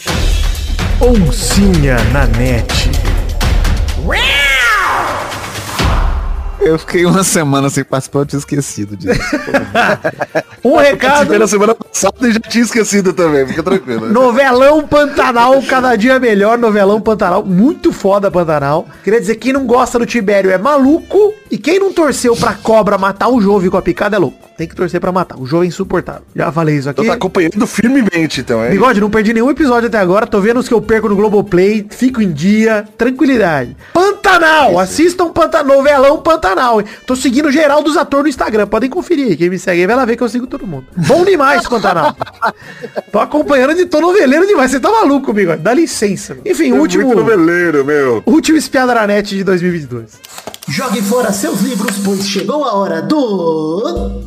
Oncinha na net. Eu fiquei uma semana sem participar, eu tinha esquecido disso. Um recado. Na semana passada e já tinha esquecido também, fica tranquilo. Novelão Pantanal, cada dia melhor. Novelão Pantanal, muito foda Pantanal. Queria dizer, quem não gosta do Tibério é maluco. E quem não torceu pra cobra matar o Jove com a picada é louco. Tem que torcer pra matar. O Jove é insuportável. Já falei isso aqui. Então tá acompanhando firmemente, então, é? Bigode, não perdi nenhum episódio até agora. Tô vendo os que eu perco no Globoplay. Fico em dia. Tranquilidade. Pantanal. Isso. Assistam Pantanal. Novelão Pantanal. Tô seguindo geral dos atores no Instagram. Podem conferir aí. Quem me segue aí vai lá ver que eu sigo todo mundo. Bom demais, Pantanal. Tô acompanhando de tô noveleiro demais. Você tá maluco, Bigode. Dá licença. Meu. Enfim, é último... Muito noveleiro, meu. Último Espiada na Net de dois mil e vinte e dois. Jogue fora seus livros, pois chegou a hora do...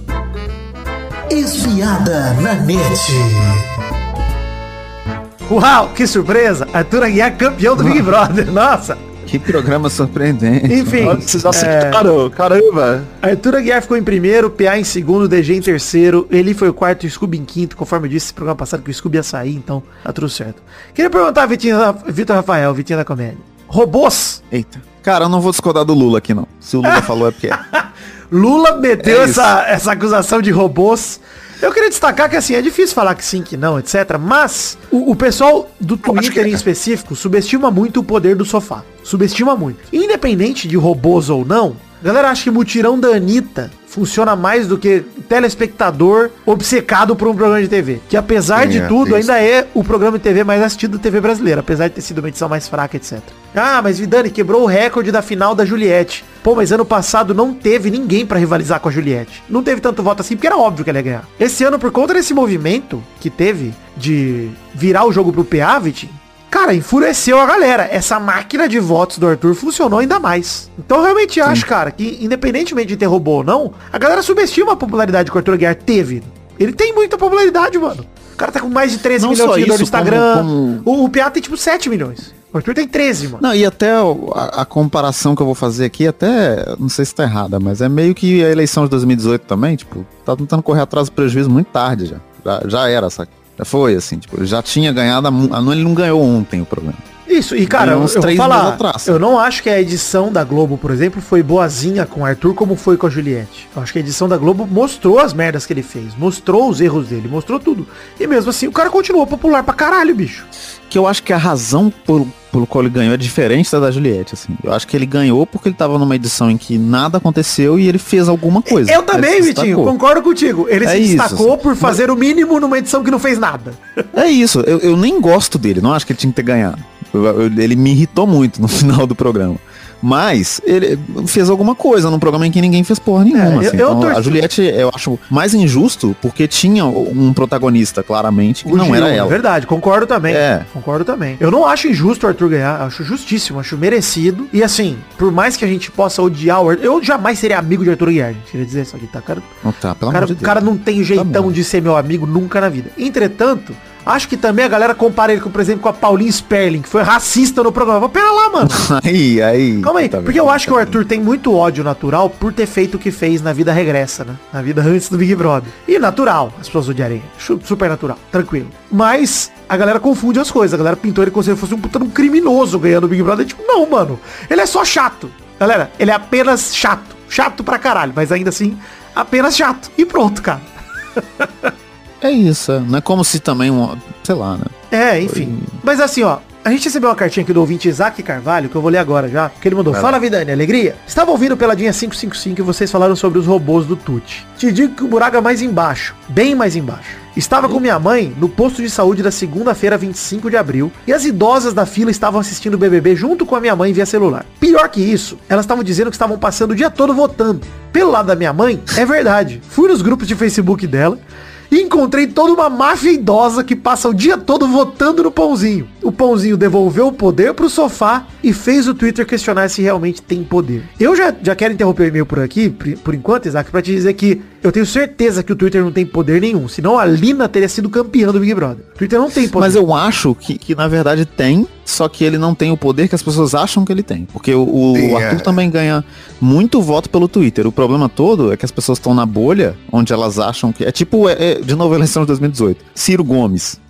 Espiada na Net. Uau, que surpresa. Arthur Aguiar, campeão do Big Brother. Nossa. Que programa surpreendente. Enfim. Olha, vocês acertaram, é... caramba. Arthur Aguiar ficou em primeiro, P A em segundo, D G em terceiro, ele foi o quarto e o Scooby em quinto, conforme eu disse no programa passado que o Scooby ia sair, então tá tudo certo. Queria perguntar a Vitinho, Vitor Rafael, Vitinho da Comédia. Robôs? Eita. Cara, eu não vou discordar do Lula aqui não. Se o Lula falou é porque é. Lula meteu é essa, essa acusação de robôs. Eu queria destacar que assim, é difícil falar que sim, que não, etcétera. Mas o, o pessoal do Twitter em específico subestima muito o poder do sofá. Subestima muito. Independente de robôs ou não, a galera acha que o mutirão da Anitta funciona mais do que telespectador obcecado por um programa de T V. Que apesar Sim, de é, tudo, isso. ainda é o programa de T V mais assistido da T V brasileira. Apesar de ter sido uma edição mais fraca, etcétera. Ah, mas Vidani quebrou o recorde da final da Juliette. Pô, mas ano passado não teve ninguém pra rivalizar com a Juliette. Não teve tanto voto assim, porque era óbvio que ela ia ganhar. Esse ano, por conta desse movimento que teve de virar o jogo pro P A, Vitinho, cara, enfureceu a galera. Essa máquina de votos do Arthur funcionou ainda mais. Então eu realmente Sim. acho, cara, que independentemente de ter robô ou não, a galera subestima a popularidade que o Arthur Aguiar teve. Ele tem muita popularidade, mano. O cara tá com mais de treze não milhões de seguidores no Instagram. Como, como... O, o P A tem tipo sete milhões. O Arthur tem treze, mano. Não, e até a, a comparação que eu vou fazer aqui, até, não sei se tá errada, mas é meio que a eleição de dois mil e dezoito também, tipo, tá tentando correr atrás do prejuízo muito tarde já. Já, já era, saca? Já foi, assim, tipo, já tinha ganhado, a, ele não ganhou ontem o programa. Isso, e cara, eu, eu vou falar, eu não acho que a edição da Globo, por exemplo, foi boazinha com o Arthur como foi com a Juliette. Eu acho que a edição da Globo mostrou as merdas que ele fez, mostrou os erros dele, mostrou tudo. E mesmo assim, o cara continuou popular pra caralho, bicho. Que eu acho que a razão por, pelo qual ele ganhou é diferente da da Juliette, assim. Eu acho que ele ganhou porque ele tava numa edição em que nada aconteceu e ele fez alguma coisa. Eu também, Vitinho, concordo contigo. Ele é se destacou isso, por fazer mas... o mínimo numa edição que não fez nada. É isso, eu, eu nem gosto dele, não acho que ele tinha que ter ganhado. Eu, eu, ele me irritou muito no final do programa. Mas ele fez alguma coisa num programa em que ninguém fez porra nenhuma. É, assim. eu, eu então, a Juliette eu acho mais injusto porque tinha um protagonista, claramente, que o não Gil, era ela. Verdade, concordo também. É. Concordo também. Eu não acho injusto o Arthur ganhar, acho justíssimo, acho merecido. E assim, por mais que a gente possa odiar o Arthur, eu jamais seria amigo de Arthur Aguiar, gente. Queria dizer isso aqui, tá? Cara, não tá, pelo cara, amor de Deus. O cara não tem jeitão tá de ser meu amigo nunca na vida. Entretanto, acho que também a galera compara ele, com, por exemplo, com a Paulinha Sperling, que foi racista no programa. Pera lá, mano. aí, aí. Calma aí. Tá porque eu acho que o Arthur tem muito ódio natural por ter feito o que fez na vida regressa, né? Na vida antes do Big Brother. E natural, as pessoas odiarem. Super natural, tranquilo. Mas a galera confunde as coisas. A galera pintou ele como se ele fosse um puta um criminoso ganhando o Big Brother. Tipo, não, mano. Ele é só chato. Galera, ele é apenas chato. Chato pra caralho. Mas ainda assim, apenas chato. E pronto, cara. É isso, não é como se também, um, sei lá, né? É, enfim. Foi... Mas assim, ó, a gente recebeu uma cartinha aqui do ouvinte Isaac Carvalho, que eu vou ler agora já, que ele mandou. Vai Fala, lá. Vidani, alegria? Estava ouvindo pela Dinha quinhentos e cinquenta e cinco e vocês falaram sobre os robôs do Tuti. Te digo que o buraco é mais embaixo, bem mais embaixo. Estava com minha mãe no posto de saúde da segunda-feira, vinte e cinco de abril, e as idosas da fila estavam assistindo o B B B junto com a minha mãe via celular. Pior que isso, elas estavam dizendo que estavam passando o dia todo votando. Pelo lado da minha mãe, é verdade. Fui nos grupos de Facebook dela e encontrei toda uma máfia idosa que passa o dia todo votando no Pãozinho. O Pãozinho devolveu o poder pro sofá e fez o Twitter questionar se realmente tem poder. Eu já, já quero interromper o e-mail por aqui, por, por enquanto, Isaac, pra te dizer que eu tenho certeza que o Twitter não tem poder nenhum. Senão a Lina teria sido campeã do Big Brother. O Twitter não tem poder. Mas eu acho que, que na verdade tem, só que ele não tem o poder que as pessoas acham que ele tem. Porque o, o Sim, Arthur é. também ganha muito voto pelo Twitter. O problema todo é que as pessoas estão na bolha, onde elas acham que... É tipo, é, é, de novo, a eleição de dois mil e dezoito. Ciro Gomes.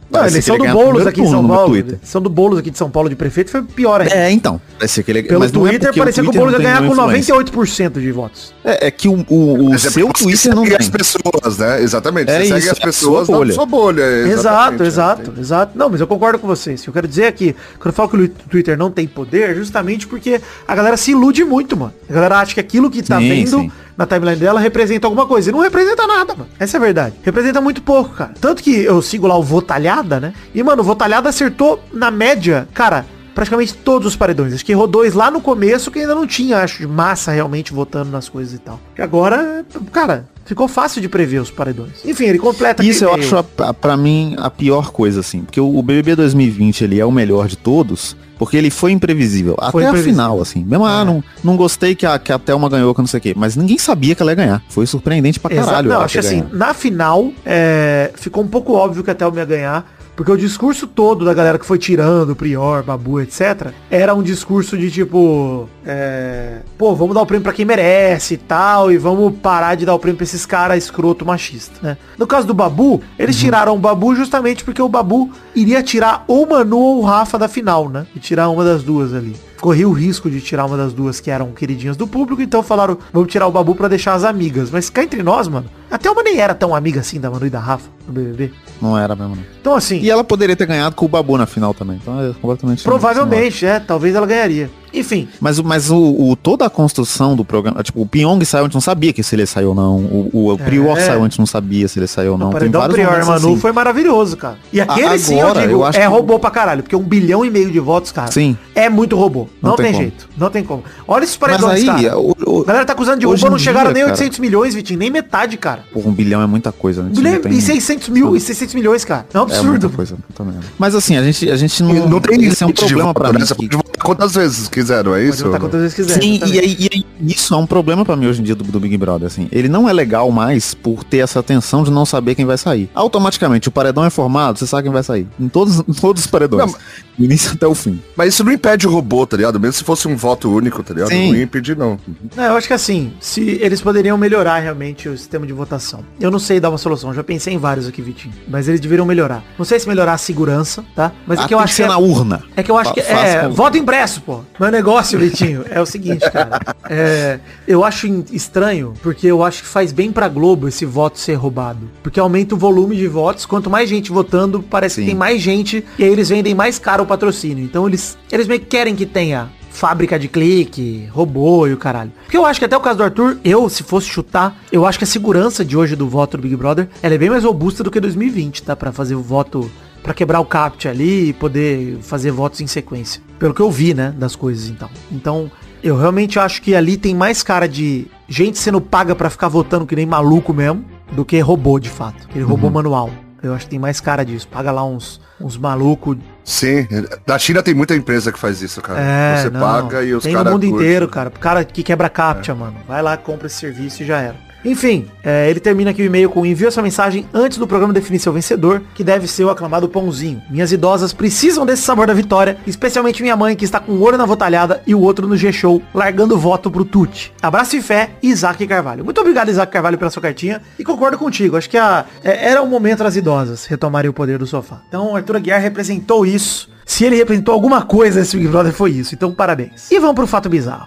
Não, a eleição do Boulos aqui em São Paulo. A eleição do Boulos aqui de São Paulo de prefeito foi pior ainda. É, então. Parecia que ele... Pelo mas Twitter, é parecia que o Boulos ia ganhar com noventa e oito por cento de votos. É, é que o, o, o seu é Twitter não tem. as pessoas, né? Exatamente. É você isso, segue as é pessoas sua bolha. na sua bolha. Exato, exato, é. exato. Não, mas eu concordo com vocês. Eu quero dizer aqui, quando eu falo que o Twitter não tem poder, justamente porque a galera se ilude muito, mano. A galera acha que aquilo que tá sim, vendo sim. na timeline dela representa alguma coisa. E não representa nada, mano. Essa é a verdade. Representa muito pouco, cara. Tanto que eu sigo lá o Votalhada, né? E, mano, o Votalhada acertou, na média, cara, praticamente todos os paredões. Acho que errou dois lá no começo que ainda não tinha, acho, massa realmente votando nas coisas e tal. E agora, cara, ficou fácil de prever os paredões. Enfim, ele completa... Isso eu acho, a, a, pra mim, a pior coisa, assim. Porque o, o B B B dois mil e vinte, ele é o melhor de todos... Porque ele foi imprevisível. Foi até imprevisível. A final, assim. Mesmo, é. ah, não, não gostei que a, que a Thelma ganhou, que não sei o quê. Mas ninguém sabia que ela ia ganhar. Foi surpreendente pra caralho. Exato. Não, acho que assim, na final, é, ficou um pouco óbvio que a Thelma ia ganhar. Porque o discurso todo da galera que foi tirando, Prior, Babu, etcétera, era um discurso de tipo... É, pô, vamos dar o prêmio pra quem merece e tal, e vamos parar de dar o prêmio pra esses caras escroto machista, né? No caso do Babu, eles uhum. tiraram o Babu justamente porque o Babu iria tirar ou o Manu ou o Rafa da final, né? E tirar uma das duas ali. Corria o risco de tirar uma das duas que eram queridinhas do público, então falaram, vamos tirar o Babu pra deixar as amigas. Mas cá entre nós, mano, até uma nem era tão amiga assim da Manu e da Rafa no B B B. Não era mesmo, não. Então assim... E ela poderia ter ganhado com o Babu na final também, então é completamente... Provavelmente, é, talvez ela ganharia. Enfim. Mas, mas o, o, toda a construção do programa, tipo, o Pyong saiu antes, não sabia que se ele saiu ou não. O, o, o Prior é. saiu antes, não sabia se ele saiu ou não. Tem vários Prior, Manu, assim. Foi maravilhoso, cara. E aquele Agora, sim, eu digo, eu acho é que... robô pra caralho, porque um bilhão e meio de votos, cara, sim. é muito robô. Não, não tem, tem jeito. Não tem como. Olha esses paredões, cara. O, o, a galera tá acusando de robô, não chegaram nem oitocentos cara. milhões, Vitinho, nem metade, cara. Pô, um bilhão é muita coisa, né? Um bilhão e seiscentos mil, e seiscentos milhões, cara. É um absurdo. É coisa, mas assim, a gente, a gente não... Não tem isso é um problema pra mim. Você pode votar quantas vezes quiseram, é isso? Quantas vezes quiser, sim, e, aí, e aí, isso é um problema pra mim hoje em dia do, do Big Brother, assim. Ele não é legal mais por ter essa tensão de não saber quem vai sair. Automaticamente, o paredão é formado, você sabe quem vai sair. Em todos, em todos os paredões. Não, do início até o fim. Mas isso não impede o robô, tá ligado? Mesmo se fosse um voto único, tá ligado? Sim. Não ia impedir, não. não. Eu acho que assim, se eles poderiam melhorar realmente o sistema de votação. Eu não sei dar uma solução, já pensei em vários aqui, Vitinho. Mas eles deveriam melhorar. Não sei se melhorar a segurança, tá? Mas ah, é que eu acho que... é na urna. É que eu acho que... É, voto impresso, pô. Meu negócio, Vitinho, é o seguinte, cara. É, eu acho estranho, porque eu acho que faz bem pra Globo esse voto ser roubado. Porque aumenta o volume de votos, quanto mais gente votando, parece Sim. que tem mais gente, e aí eles vendem mais caro o patrocínio. Então eles, eles meio que querem que tenha fábrica de clique, robô e o caralho. Porque eu acho que até o caso do Arthur, eu, se fosse chutar, eu acho que a segurança de hoje do voto do Big Brother, ela é bem mais robusta do que dois mil e vinte, tá? Pra fazer o voto... Pra quebrar o CAPTCHA ali e poder fazer votos em sequência. Pelo que eu vi, né, das coisas então. Então, eu realmente acho que ali tem mais cara de gente sendo paga pra ficar votando que nem maluco mesmo, do que robô, de fato. Aquele uhum. robô manual. Eu acho que tem mais cara disso. Paga lá uns, uns malucos. Sim, na China tem muita empresa que faz isso, cara. É, Você não, paga e os caras... Tem no mundo curte. inteiro, cara. O cara que quebra CAPTCHA, é. mano. Vai lá, compra esse serviço e já era. Enfim, é, ele termina aqui o e-mail com: envia sua mensagem antes do programa definir seu vencedor, que deve ser o aclamado Pãozinho. Minhas idosas precisam desse sabor da vitória, especialmente minha mãe, que está com um olho na votalhada e o outro no G-Show, largando voto pro Tuti. Abraço e fé, Isaac Carvalho. Muito obrigado, Isaac Carvalho, pela sua cartinha, e concordo contigo, acho que a, é, era o momento das idosas retomarem o poder do sofá. Então, o Arthur Aguiar representou isso. Se ele representou alguma coisa nesse Big Brother, foi isso. Então, parabéns. E vamos pro fato bizarro.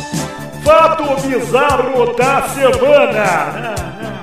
Fato bizarro da semana.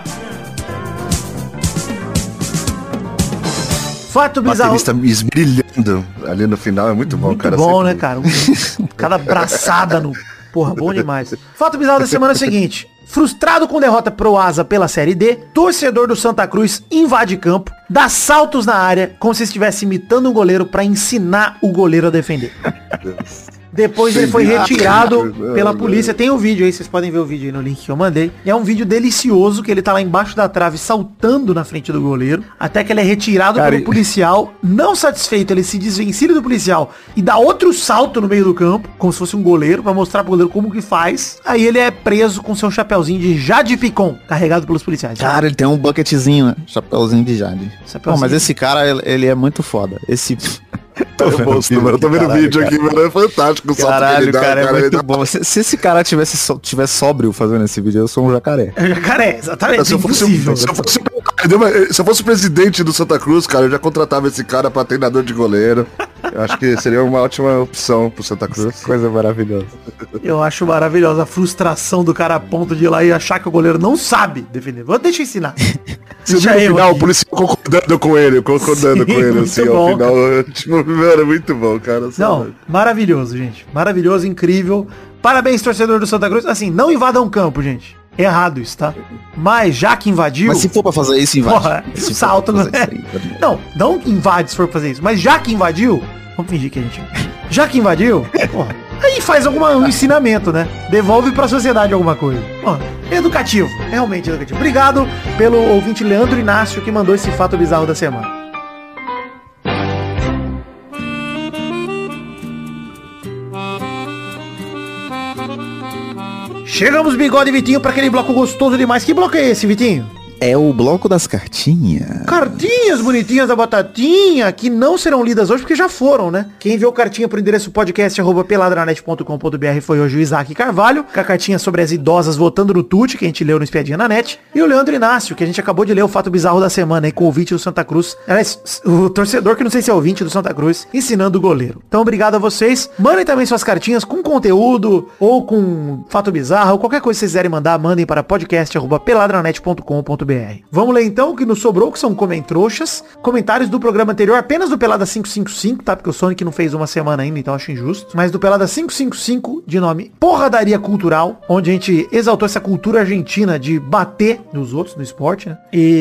Fato bizarro. O baterista esbrilhando ali no final é muito bom, muito cara. Muito bom, né, cara? Cada braçada no... Porra, bom demais. Fato bizarro da semana é o seguinte. Frustrado com derrota pro Asa pela Série D, torcedor do Santa Cruz invade campo, dá saltos na área, como se estivesse imitando um goleiro pra ensinar o goleiro a defender. Depois ele foi retirado pela polícia. Tem um vídeo aí, vocês podem ver o vídeo aí no link que eu mandei. É um vídeo delicioso, que ele tá lá embaixo da trave saltando na frente do goleiro, até que ele é retirado Cara, pelo policial. Não satisfeito, ele se desvencilha do policial e dá outro salto no meio do campo, como se fosse um goleiro, pra mostrar pro goleiro como que faz. Aí ele é preso com seu chapeuzinho de Jade Picon, carregado pelos policiais. Cara, ele tem um bucketzinho, né? Chapeuzinho de Jade. Chapeuzinho. Pô, mas esse cara, ele, ele é muito foda. Esse... Tô vendo, posto, aqui, eu tô vendo o vídeo cara. aqui, mano, é fantástico. Caralho, dá, cara, é cara, muito dá... bom. Se, se esse cara tivesse, so, tivesse sóbrio fazendo esse vídeo, eu sou um jacaré. É jacaré, exatamente. Se eu fosse, um, se eu fosse um Se eu fosse presidente do Santa Cruz, cara, eu já contratava esse cara pra treinador de goleiro. Eu acho que seria uma ótima opção pro Santa Cruz. Coisa maravilhosa. Eu acho maravilhosa a frustração do cara a ponto de ir lá e achar que o goleiro não sabe defender. Vou deixa eu ensinar. Você viu no final, o policial concordando com ele, concordando Sim, com ele, assim, bom, ao final. Tipo, mano, muito bom, cara. Não, maravilhoso, gente. Maravilhoso, incrível. Parabéns, torcedor do Santa Cruz. Assim, não invadam o campo, gente. Errado isso, tá? Mas já que invadiu... Mas se for pra fazer isso, invade. Porra, se salto... Né? Aí, não, não invade se for pra fazer isso. Mas já que invadiu... Vamos fingir que a gente... Já que invadiu... Porra, aí faz alguma, um ensinamento, né? Devolve pra sociedade alguma coisa. Porra, educativo. Realmente educativo. Obrigado pelo ouvinte Leandro Inácio que mandou esse fato bizarro da semana. Chegamos, Bigode e Vitinho, pra aquele bloco gostoso demais. Que bloco é esse, Vitinho? É o bloco das cartinhas. Cartinhas bonitinhas da Batatinha, que não serão lidas hoje porque já foram, né? Quem enviou cartinha pro endereço podcast arroba peladranet ponto com ponto br foi hoje o Isaac Carvalho, com a cartinha sobre as idosas votando no Tuti, que a gente leu no Espiadinha na Net, e o Leandro Inácio, que a gente acabou de ler o fato bizarro da semana aí com o ouvinte do Santa Cruz. Aliás, o torcedor, que não sei se é ouvinte do Santa Cruz, ensinando o goleiro. Então, obrigado a vocês. Mandem também suas cartinhas com conteúdo, ou com fato bizarro, ou qualquer coisa que vocês quiserem mandar, mandem para podcast arroba peladranet ponto com ponto br. Vamos ler então o que nos sobrou, que são comentroxas, comentários do programa anterior, apenas do Pelada cinco cinco cinco, tá? Porque o Sonic não fez uma semana ainda, então acho injusto. Mas do Pelada cinco cinco cinco, de nome Porradaria Cultural, onde a gente exaltou essa cultura argentina de bater nos outros no esporte, né?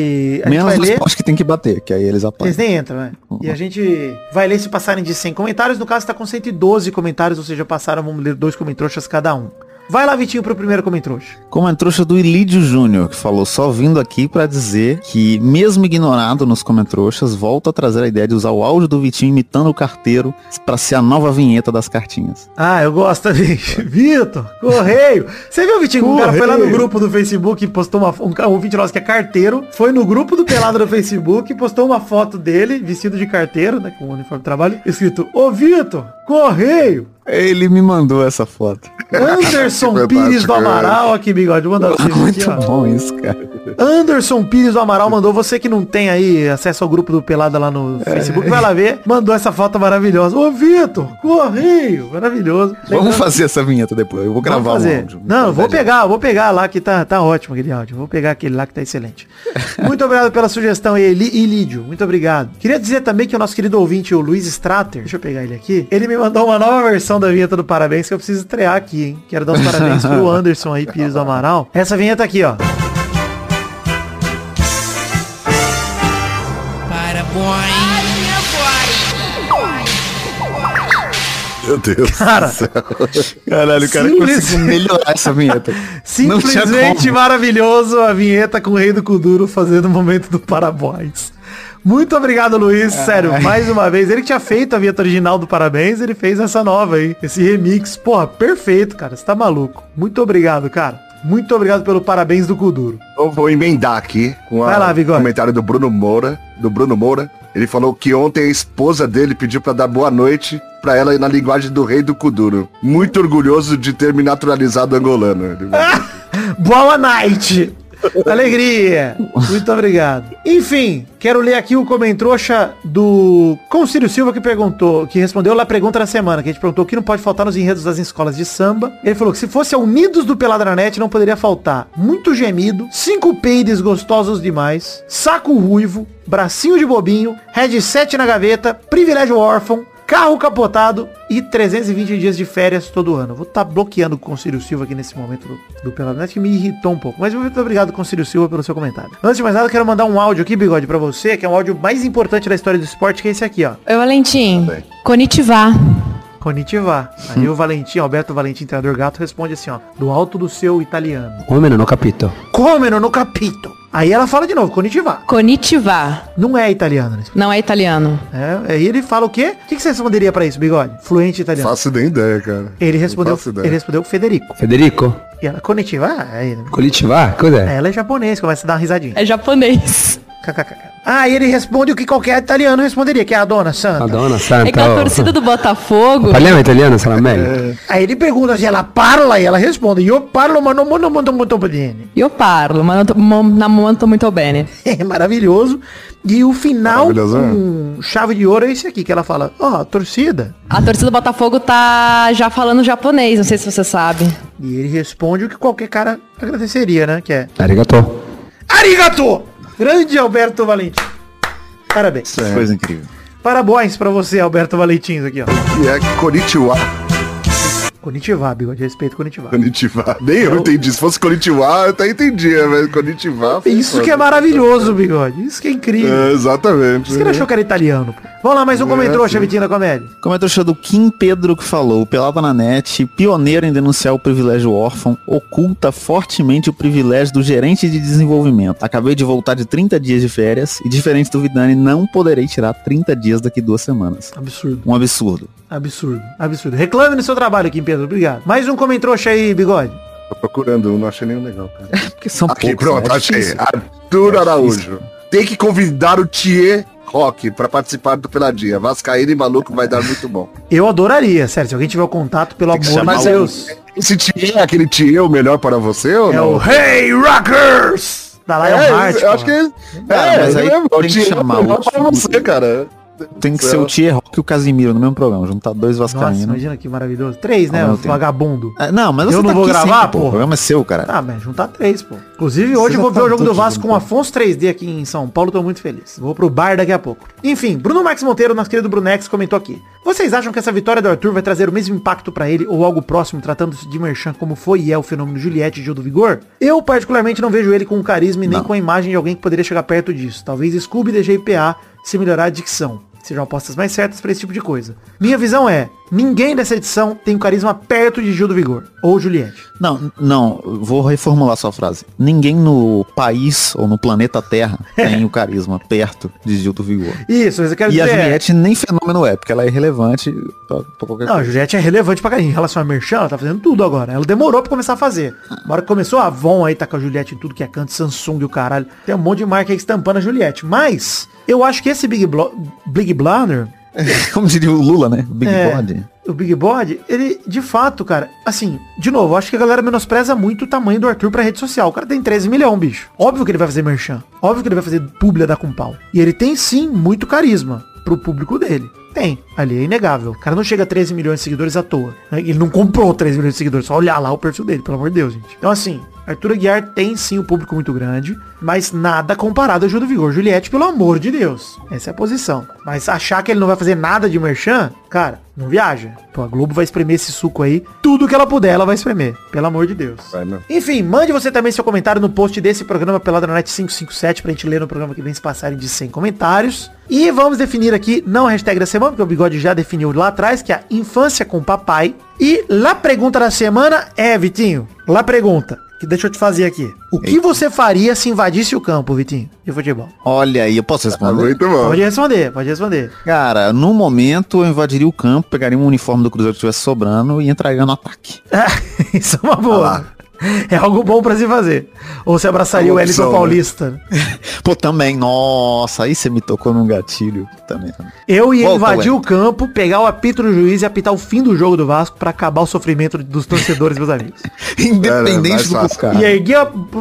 E a Menos gente vai no ler... esporte que tem que bater, que aí eles apanham. Eles nem entram, né? Uhum. E a gente vai ler se passarem de cem comentários, no caso tá com cento e doze comentários, ou seja, passaram, vamos ler dois comentroxas cada um. Vai lá, Vitinho, pro primeiro comentrouxa. Comentrouxa do Ilídio Júnior, que falou só vindo aqui pra dizer que, mesmo ignorado nos comentrouxas, volta a trazer a ideia de usar o áudio do Vitinho imitando o carteiro pra ser a nova vinheta das cartinhas. Ah, eu gosto, Vitor, correio. Você viu, Vitinho, que o cara foi lá no grupo do Facebook e postou uma... Um, um ouvinte nosso que é carteiro, foi no grupo do Pelado do Facebook e postou uma foto dele, vestido de carteiro, né, com o uniforme de trabalho, escrito, ô Vitor, correio. Ele me mandou essa foto. Anderson Pires do Amaral, aqui, Bigode, manda você. Muito aqui, bom isso, cara. Anderson Pires do Amaral mandou, você que não tem aí acesso ao grupo do Pelada lá no é. Facebook, vai lá ver, mandou essa foto maravilhosa. Ô, Vitor, correio, maravilhoso. Vamos Legal. fazer essa vinheta depois, eu vou gravar fazer. o áudio. Não, vou pegar, vou pegar lá que tá, tá ótimo aquele áudio, vou pegar aquele lá que tá excelente. Muito obrigado pela sugestão aí, Ilídio, muito obrigado. Queria dizer também que o nosso querido ouvinte, o Luiz Strater, deixa eu pegar ele aqui, ele me mandou uma nova versão da vinheta do Parabéns que eu preciso estrear aqui, hein. Quero dar os parabéns pro Anderson aí, Pires do Amaral. Essa vinheta aqui, ó. Meu Deus. Cara, caralho, o cara simples... conseguiu melhorar essa vinheta. Simplesmente maravilhoso a vinheta com o Rei do Kuduro fazendo o momento do Parabéns. Muito obrigado, Luiz. Sério, Ai. mais uma vez. Ele que tinha feito a vinheta original do Parabéns, ele fez essa nova aí. Esse remix. Porra, perfeito, cara. Você tá maluco. Muito obrigado, cara. Muito obrigado pelo Parabéns do Kuduro. Eu vou emendar aqui com o comentário do Bruno Moura. Do Bruno Moura. Ele falou que ontem a esposa dele pediu pra dar boa noite pra ela na linguagem do Rei do Kuduro. Muito orgulhoso de ter me naturalizado angolano. Boa noite. Alegria. Muito obrigado. Enfim, quero ler aqui o comentrouxa do Concílio Silva que perguntou, que respondeu lá a pergunta da semana, que a gente perguntou o que não pode faltar nos enredos das escolas de samba. Ele falou que se fosse a Unidos do Peladranet não poderia faltar muito gemido, cinco peides gostosos demais, saco ruivo, bracinho de bobinho, headset na gaveta, privilégio órfão, carro capotado e trezentos e vinte dias de férias todo ano. Vou estar tá bloqueando o Concílio Silva aqui nesse momento do, do Peladranet, que me irritou um pouco. Mas muito obrigado, Concílio Silva, pelo seu comentário. Antes de mais nada, quero mandar um áudio aqui, Bigode, pra você, que é um áudio mais importante da história do esporte, que é esse aqui, ó. Oi, Valentim. Konnichiwa. Konnichiwa. Aí o Valentim, Alberto Valentim, treinador gato, responde assim, ó. Do alto do seu italiano. Come no capito. Come no capito. Aí ela fala de novo, Konnichiwa. Konnichiwa. Não é italiano, né? Não é italiano. É, aí ele fala o quê? O que, que você responderia pra isso, Bigode? Fluente italiano. Faço nem ideia, cara. Ele respondeu, ele respondeu Federico. Federico? E ela, Konnichiwa. Aí, Konnichiwa? Coisa é? Ela é japonês, começa a dar uma risadinha. É japonês. Ah, ele responde o que qualquer italiano responderia, que é a Dona Santa. A Dona Santa. É que a torcida do Botafogo... Parliamo italiano, sarà meglio. É. Aí ele pergunta se ela parla e ela responde, io parlo, ma non molto, molto, molto bene. Io parlo, ma non molto, muito bene. É maravilhoso. E o final com chave de ouro é esse aqui, que ela fala, ó, oh, a torcida. A torcida do Botafogo tá já falando japonês, não sei se você sabe. E ele responde o que qualquer cara agradeceria, né, que é... Arigato. Arigato! Grande Alberto Valentim. Parabéns. É. Coisa incrível. Parabéns pra você, Alberto Valentim, aqui, ó. E é Konnichiwa. Konnichiwa, bigode, respeito Konnichiwa. Konnichiwa. Nem eu, eu entendi. Se fosse Konnichiwa, eu até entendia, mas Konnichiwa... Isso foda. Que é maravilhoso, bigode. Isso que é incrível. É, exatamente. Isso que ele achou que era italiano. Pô. Vamos lá, mais um é, comentário, Chavitinho da Comédia. Comentário do Kim Pedro que falou, Pelada na Net, pioneiro em denunciar o privilégio órfão, oculta fortemente o privilégio do gerente de desenvolvimento. Acabei de voltar de trinta dias de férias e, diferente do Vidani, não poderei tirar trinta dias daqui duas semanas. Absurdo. Um absurdo. Absurdo, absurdo. Reclame no seu trabalho, Kim Pedro, obrigado. Mais um comentrouxa aí, bigode. Tô procurando, não achei nenhum legal, cara. Porque são Aqui, poucos, pronto, né? achei. Arthur é Araújo. Tem que convidar o Thier Rock pra participar do Peladinha. Vascaíno e maluco vai dar muito bom. Eu adoraria, sério. Se alguém tiver o contato, pelo amor de Deus. Esse Thier é aquele Thier o melhor para você ou é não? É o Hey Rockers! Da Lion é, Heart. Eu acho que é, é, mas aí é, tem que chamar o para você, cara. Tem que ser o Thier Rock e o Casimiro no mesmo programa, juntar dois vascaínos. Nossa, imagina que maravilhoso. Três, né, o vagabundo. É, não, mas eu você não tá vou gravar, sempre, pô. O programa é seu, cara. Ah, mas juntar três, pô. Inclusive, hoje eu vou ver tá o jogo do Vasco com o Afonso três D aqui em São Paulo, tô muito feliz. Vou pro bar daqui a pouco. Enfim, Bruno Max Monteiro, nosso querido Brunex, comentou aqui. Vocês acham que essa vitória do Arthur vai trazer o mesmo impacto pra ele ou algo próximo, tratando-se de merchan como foi e é o fenômeno Juliette e Gil do Vigor? Eu, particularmente, não vejo ele com carisma e nem não. com a imagem de alguém que poderia chegar perto disso. Talvez Scooby D J P A se melhorar a dicção. Sejam apostas mais certas pra esse tipo de coisa. Minha visão é, ninguém dessa edição tem um carisma perto de Gil do Vigor. Ou Juliette. Não, não, vou reformular sua frase. Ninguém no país ou no planeta Terra tem o carisma perto de Gil do Vigor. Isso, mas eu quero e dizer... E a Juliette nem fenômeno é, porque ela é irrelevante pra, pra qualquer não, coisa. A Juliette é relevante pra caramba. Em relação a merchan, ela tá fazendo tudo agora. Ela demorou pra começar a fazer. Na hora que começou, a Avon aí tá com a Juliette em tudo que é canto, Samsung e o caralho. Tem um monte de marca aí estampando a Juliette. Mas, eu acho que esse Big, Blo Big Blunder... Como diria o Lula, né? O Big é, Body. O Big Body, ele, de fato, cara, assim, de novo, acho que a galera menospreza muito o tamanho do Arthur pra rede social. O cara tem treze milhões, bicho. Óbvio que ele vai fazer merchan. Óbvio que ele vai fazer publi dar com pau. E ele tem, sim, muito carisma pro público dele. Tem. Ali é inegável. O cara não chega a treze milhões de seguidores à toa. Né? Ele não comprou treze milhões de seguidores. Só olhar lá o perfil dele, pelo amor de Deus, gente. Então, assim, Arthur Aguiar tem, sim, um público muito grande, mas nada comparado ao Gil do Vigor. Juliette, pelo amor de Deus. Essa é a posição. Mas achar que ele não vai fazer nada de merchan, cara, não viaja. Pô, a Globo vai espremer esse suco aí. Tudo que ela puder, ela vai espremer. Pelo amor de Deus. Vai, enfim, mande você também seu comentário no post desse programa Peladranet quinhentos e cinquenta e sete pra gente ler no programa que vem se passarem de cem comentários. E vamos definir aqui, não a hashtag da semana, porque o Bigode já definiu lá atrás, que é a infância com papai. E lá pergunta da semana é, Vitinho, lá pergunta, que deixa eu te fazer aqui. O que você faria se invadisse o campo, Vitinho, de futebol? Olha aí, eu posso responder? Muito bom. Pode responder, pode responder. Cara, no momento eu invadiria o campo, pegaria um uniforme do Cruzeiro que estivesse sobrando e entraria no ataque. Isso é uma boa. Ah, é algo bom pra se fazer. Ou você abraçaria o Elton Paulista. Pô, também. Nossa, aí você me tocou num gatilho. Também. Eu ia Volta, invadir Wellington. o campo, pegar o apito do juiz e apitar o fim do jogo do Vasco pra acabar o sofrimento dos torcedores, meus amigos. Independente é, do cara. E aí,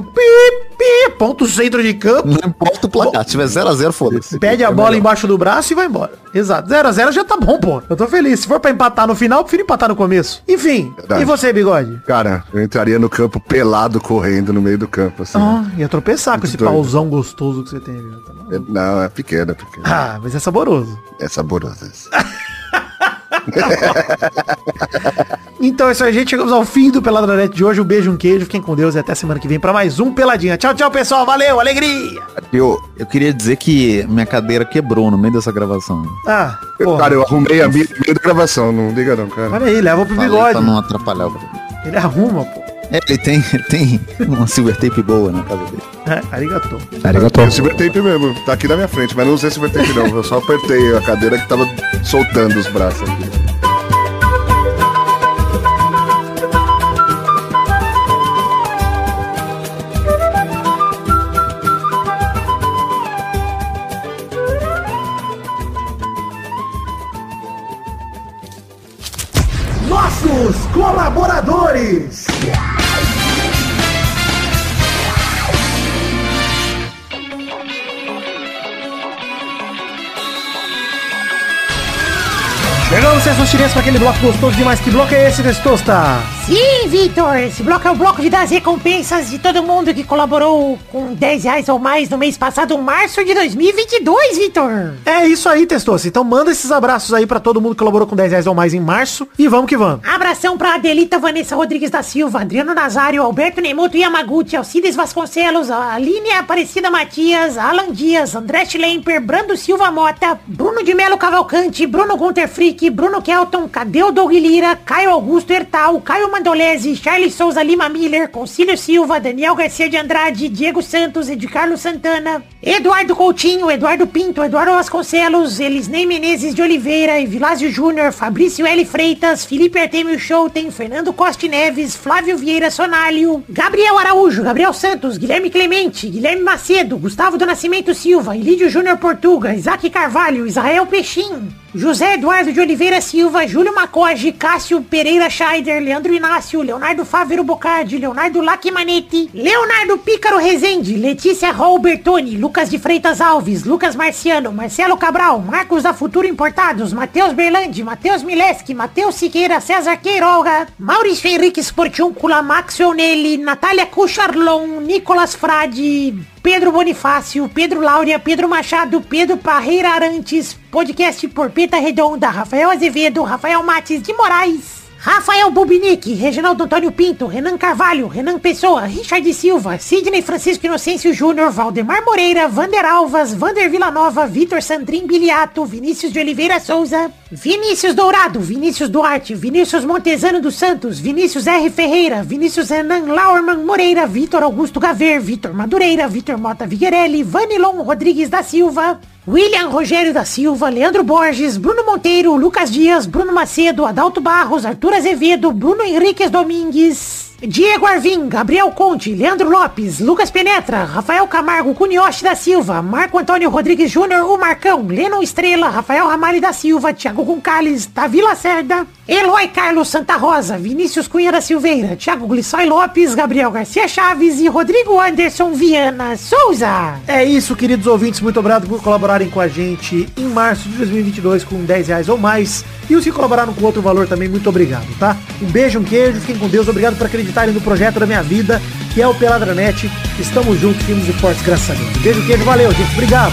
ponto centro de campo. Não importa o placar. Se tiver zero a zero, foda-se. Pede a bola embaixo do braço e vai embora. Exato. zero a zero já tá bom, pô. Eu tô feliz. Se for pra empatar no final, eu prefiro empatar no começo. Enfim. Verdade. E você, Bigode? Cara, eu entraria no campo pelado, correndo no meio do campo, assim. Ah, ia tropeçar Muito com esse doido. pauzão gostoso que você tem, viu? Tá é, não, é pequeno, é pequeno. Ah, mas é saboroso. É saboroso esse. Então é isso aí, gente. Chegamos ao fim do Peladranet de hoje. Um beijo, um queijo. Fiquem com Deus e até semana que vem pra mais um Peladinha. Tchau, tchau, pessoal. Valeu, alegria. Eu, eu queria dizer que minha cadeira quebrou no meio dessa gravação. Ah, porra. Cara, eu arrumei a minha no meio da gravação. Não liga não, cara. Olha aí, leva pro Falei bigode. Pra não atrapalhar o... Ele arruma, pô. É, ele tem, tem uma silver tape boa na casa dele. É, arigato. Arigato. É silver tape mesmo, tá aqui na minha frente, mas não usei silver tape não. Eu só apertei a cadeira que tava soltando os braços aqui. nossos colaboradores. Chegamos, César Chirense, para aquele bloco gostoso demais. Que bloco é esse, Testosta? Sim, Vitor, esse bloco é o bloco de dar as recompensas de todo mundo que colaborou com dez reais ou mais no mês passado, março de dois mil e vinte e dois, Vitor. É isso aí, Testosta. Então manda esses abraços aí pra todo mundo que colaborou com dez reais ou mais em março. E vamos que vamos. Abração pra Adelita Vanessa Rodrigues da Silva, Adriano Nazário, Alberto Nemoto Yamaguchi, Alcides Vasconcelos, Aline Aparecida Matias, Alan Dias, André Schlemper, Brando Silva Mota, Bruno de Melo Cavalcante, Bruno Gunter Frick, Bruno Kelton, Cadeu Doug Lira, Caio Augusto Hertal, Caio Mandolese, Charles Souza Lima Miller, Concílio Silva, Daniel Garcia de Andrade, Diego Santos, Ed Carlos Santana, Eduardo Coutinho, Eduardo Pinto, Eduardo Vasconcelos, Elisnei Menezes de Oliveira, Evilásio Júnior, Fabrício L. Freitas, Felipe Artemio Schouten, Fernando Costa Neves, Flávio Vieira Sonalho, Gabriel Araújo, Gabriel Santos, Guilherme Clemente, Guilherme Macedo, Gustavo do Nascimento Silva, Ilídio Júnior Portuga, Isaac Carvalho, Israel Peixim, José Eduardo de Oliveira Silva, Júlio Macoge, Cássio Pereira Scheider, Leandro Inácio, Leonardo Fávero Bocardi, Leonardo Lacmanetti, Leonardo Pícaro Rezende, Letícia Robertoni, Lucas de Freitas Alves, Lucas Marciano, Marcelo Cabral, Marcos da Futuro Importados, Matheus Berlandi, Matheus Mileski, Matheus Siqueira, César Queiroga, Maurício Henrique Sportiúncula, Maxwell Nelly, Natália Cucharlon, Nicolas Frade, Pedro Bonifácio, Pedro Láurea, Pedro Machado, Pedro Parreira Arantes, podcast Porpeta Redonda, Rafael Azevedo, Rafael Mates de Moraes, Rafael Bubinique, Reginaldo Antônio Pinto, Renan Carvalho, Renan Pessoa, Richard Silva, Sidney Francisco Inocêncio Júnior, Valdemar Moreira, Vander Alvas, Vander Villanova, Vitor Sandrin Biliato, Vinícius de Oliveira Souza, Vinícius Dourado, Vinícius Duarte, Vinícius Montezano dos Santos, Vinícius R. Ferreira, Vinícius Renan Laurman Moreira, Vitor Augusto Gaver, Vitor Madureira, Vitor Mota Viguerelli, Vanilon Rodrigues da Silva, William Rogério da Silva, Leandro Borges, Bruno Monteiro, Lucas Dias, Bruno Macedo, Adalto Barros, Arthur Azevedo, Bruno Henriques Domingues, Diego Arvim, Gabriel Conte, Leandro Lopes, Lucas Penetra, Rafael Camargo, Cunioche da Silva, Marco Antônio Rodrigues Júnior, o Marcão, Lennon Estrela, Rafael Ramalho da Silva, Thiago Goncalves, Davi Lacerda, Eloy Carlos Santa Rosa, Vinícius Cunha da Silveira, Thiago Glissói Lopes, Gabriel Garcia Chaves e Rodrigo Anderson Viana Souza. É isso, queridos ouvintes, muito obrigado por colaborarem com a gente em março de dois mil e vinte e dois com dez reais ou mais. E os que colaboraram com outro valor também, muito obrigado, tá? Um beijo, um queijo, fiquem com Deus, obrigado por acreditarem no projeto da minha vida, que é o Peladranet. Estamos juntos, firmes e fortes, graças a Deus. Um beijo, um queijo, valeu, gente, obrigado.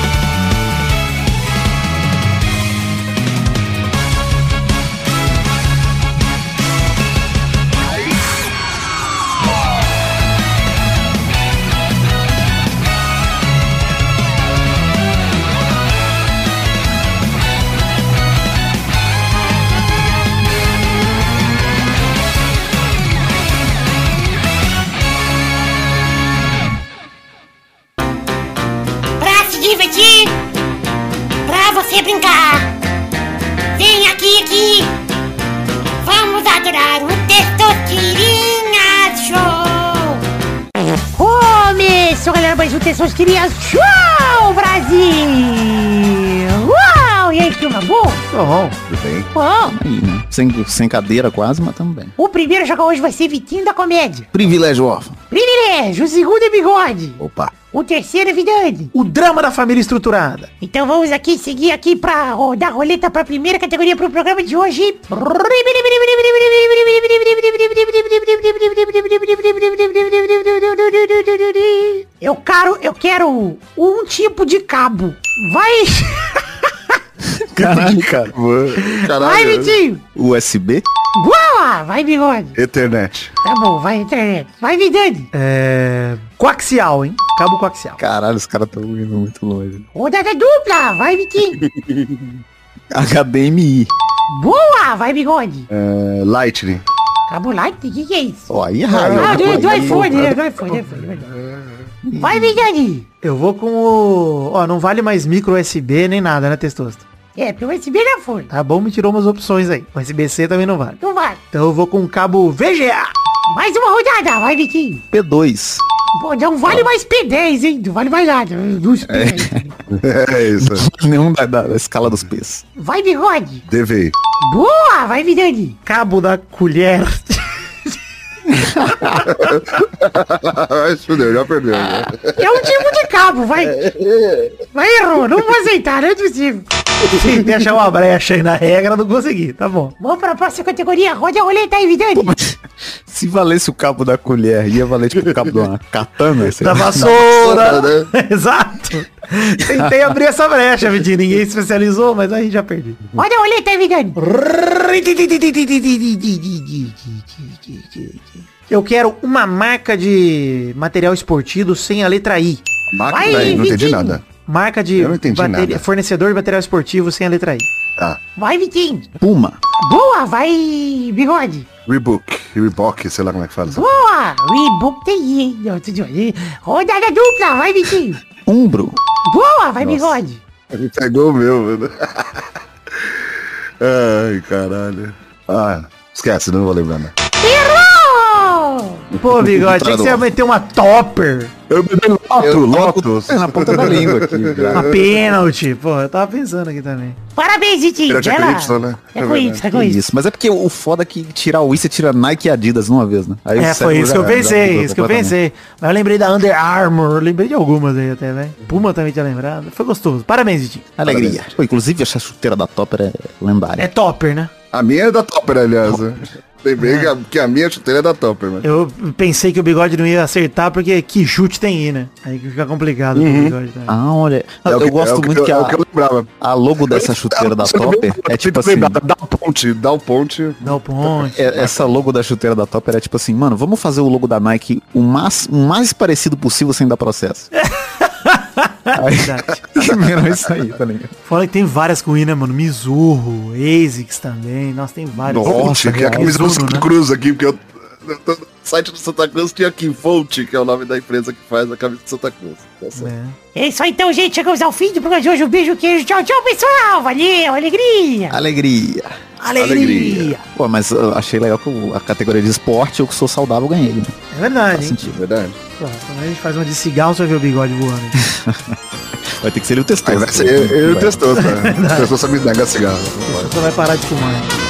Divertir, pra você brincar. Vem aqui, aqui. Vamos adorar o Testosterinha Show. Começou, galera, mais um Testosterinha Show, Brasil. Uau, e aí, turma, bom? Bom, tudo bem. Bom. Aí, né? Sem, sem cadeira quase, mas tamo bem. O primeiro jogo hoje vai ser Vitinho da Comédia. Privilégio órfão. Privilégio, o segundo é Bigode. Opa. O terceiro é Vidane. O drama da família estruturada. Então vamos aqui seguir aqui pra rodar a roleta pra primeira categoria pro programa de hoje. Eu quero, eu quero um tipo de cabo. Vai... Caralho, cara. Caralho. Vai, Vitinho. U S B? Boa! Vai, Bigode. Ethernet. Tá bom, vai, internet. Vai, Vidane. É... Coaxial, hein? Cabo coaxial. Caralho, os caras tão indo muito longe. Rodada dupla. Vai, Vitinho. H D M I. Boa! Vai, Bigode. Uh, Lightning. Cabo light? O que que é isso? Ó, aí raio. Ah, do, do iPhone, né? Do iPhone, iPhone. Vai, Vidane. Eu vou com o... Ó, não vale mais micro U S B nem nada, né, Testosta? É, porque o U S B já foi. Tá bom, me tirou umas opções aí. O U S B C também não vale. Não vai. Então eu vou com o cabo V G A. Mais uma rodada, vai, Vitinho. P dois. Pô, não vale mais P dez, hein? Não vale mais nada. Dos P dez. É isso. Nenhum da, da, da escala dos P's. Vai, Bigode. D V I. Boa, vai, Vidani. Cabo da colher. Fudeu, já perdeu. Né? É um tipo de cabo, vai. Vai, errou, não vou aceitar, não é possível. Tentei achar uma brecha aí na regra, não consegui, tá bom. Vamos pra próxima categoria, roda a roleta aí, Vidani. Se valesse o cabo da colher, ia valer tipo o cabo de uma katana? Da vassoura, né? Exato. Tentei abrir essa brecha, Vidinho, ninguém especializou, mas aí já perdi. Roda a roleta aí, Vidani. Eu quero uma marca de material esportivo sem a letra I. Marca, Vai, véio, não entendi nada. Marca de bateria, fornecedor de material esportivo sem a letra I. Tá. Vai, Vitinho. Puma. Boa, vai, Bigode. Reebok. Reebok, sei lá como é que fala. Boa, Reebok tem I. Rodada dupla, vai, Vitinho. Umbro. Boa, vai, Nossa. Bigode. Ele pegou o meu, mano. Ai, caralho. Ah, esquece, não vou lembrar, né? Pô, Bigode, tinha que você meter uma topper. Eu me dei loto, lotos. É, na ponta da língua aqui. Uma pênalti. Pô, eu tava pensando aqui também. Parabéns, Vitinho. É com Y, né? É com Y, é com isso. Mas é porque o foda é que tirar o I, você tira Nike e Adidas numa vez, né? Aí é, foi isso que eu pensei, isso que eu pensei. Mas eu lembrei da Under Armour, eu lembrei de algumas aí até, velho. Puma também tinha lembrado. Foi gostoso. Parabéns, Vitinho. Alegria. Pô, inclusive, essa chuteira da Topper é lendária. É Topper, né? A minha é da Topper, aliás. Lembrei é. que a minha chuteira é da Topper, mano. Eu pensei que o Bigode não ia acertar porque que chute tem I, né? Aí que fica complicado uhum. o Bigode. Tá? Ah, olha. É eu que, gosto é muito que, que, a, é que eu a logo dessa chuteira da Topper é tipo assim... Dá o ponte, dá o ponte. Dá o ponte. É, essa logo da chuteira da Topper é tipo assim, mano, vamos fazer o logo da Nike o mais, o mais parecido possível sem dar processo. Aí, que isso aí, tá ligado? Fala que tem várias com I, né, mano? Mizuho, ASICS também. Nossa, tem várias. Nossa, que é a camisa do Santa Cruz aqui, porque eu, no site do Santa Cruz tinha aqui Volt, que é o nome da empresa que faz a camisa do Santa Cruz. É. É isso aí então, gente. Chegamos ao fim do programa de hoje. Um beijo, queijo. Tchau, tchau, pessoal. Valeu, alegria. Alegria. Alegria. Alegria. Pô, mas eu achei legal que a categoria de esporte, eu que sou saudável, ganhei. Né? É verdade, Faz hein? Sentido. Verdade. Pô, quando a gente faz uma de cigarro, você vai ver o Bigode voando. Vai ter que ser ele o testoso. Vai ser ele o testoso, né? O testoso sabe negar cigarro. Você vai parar de fumar.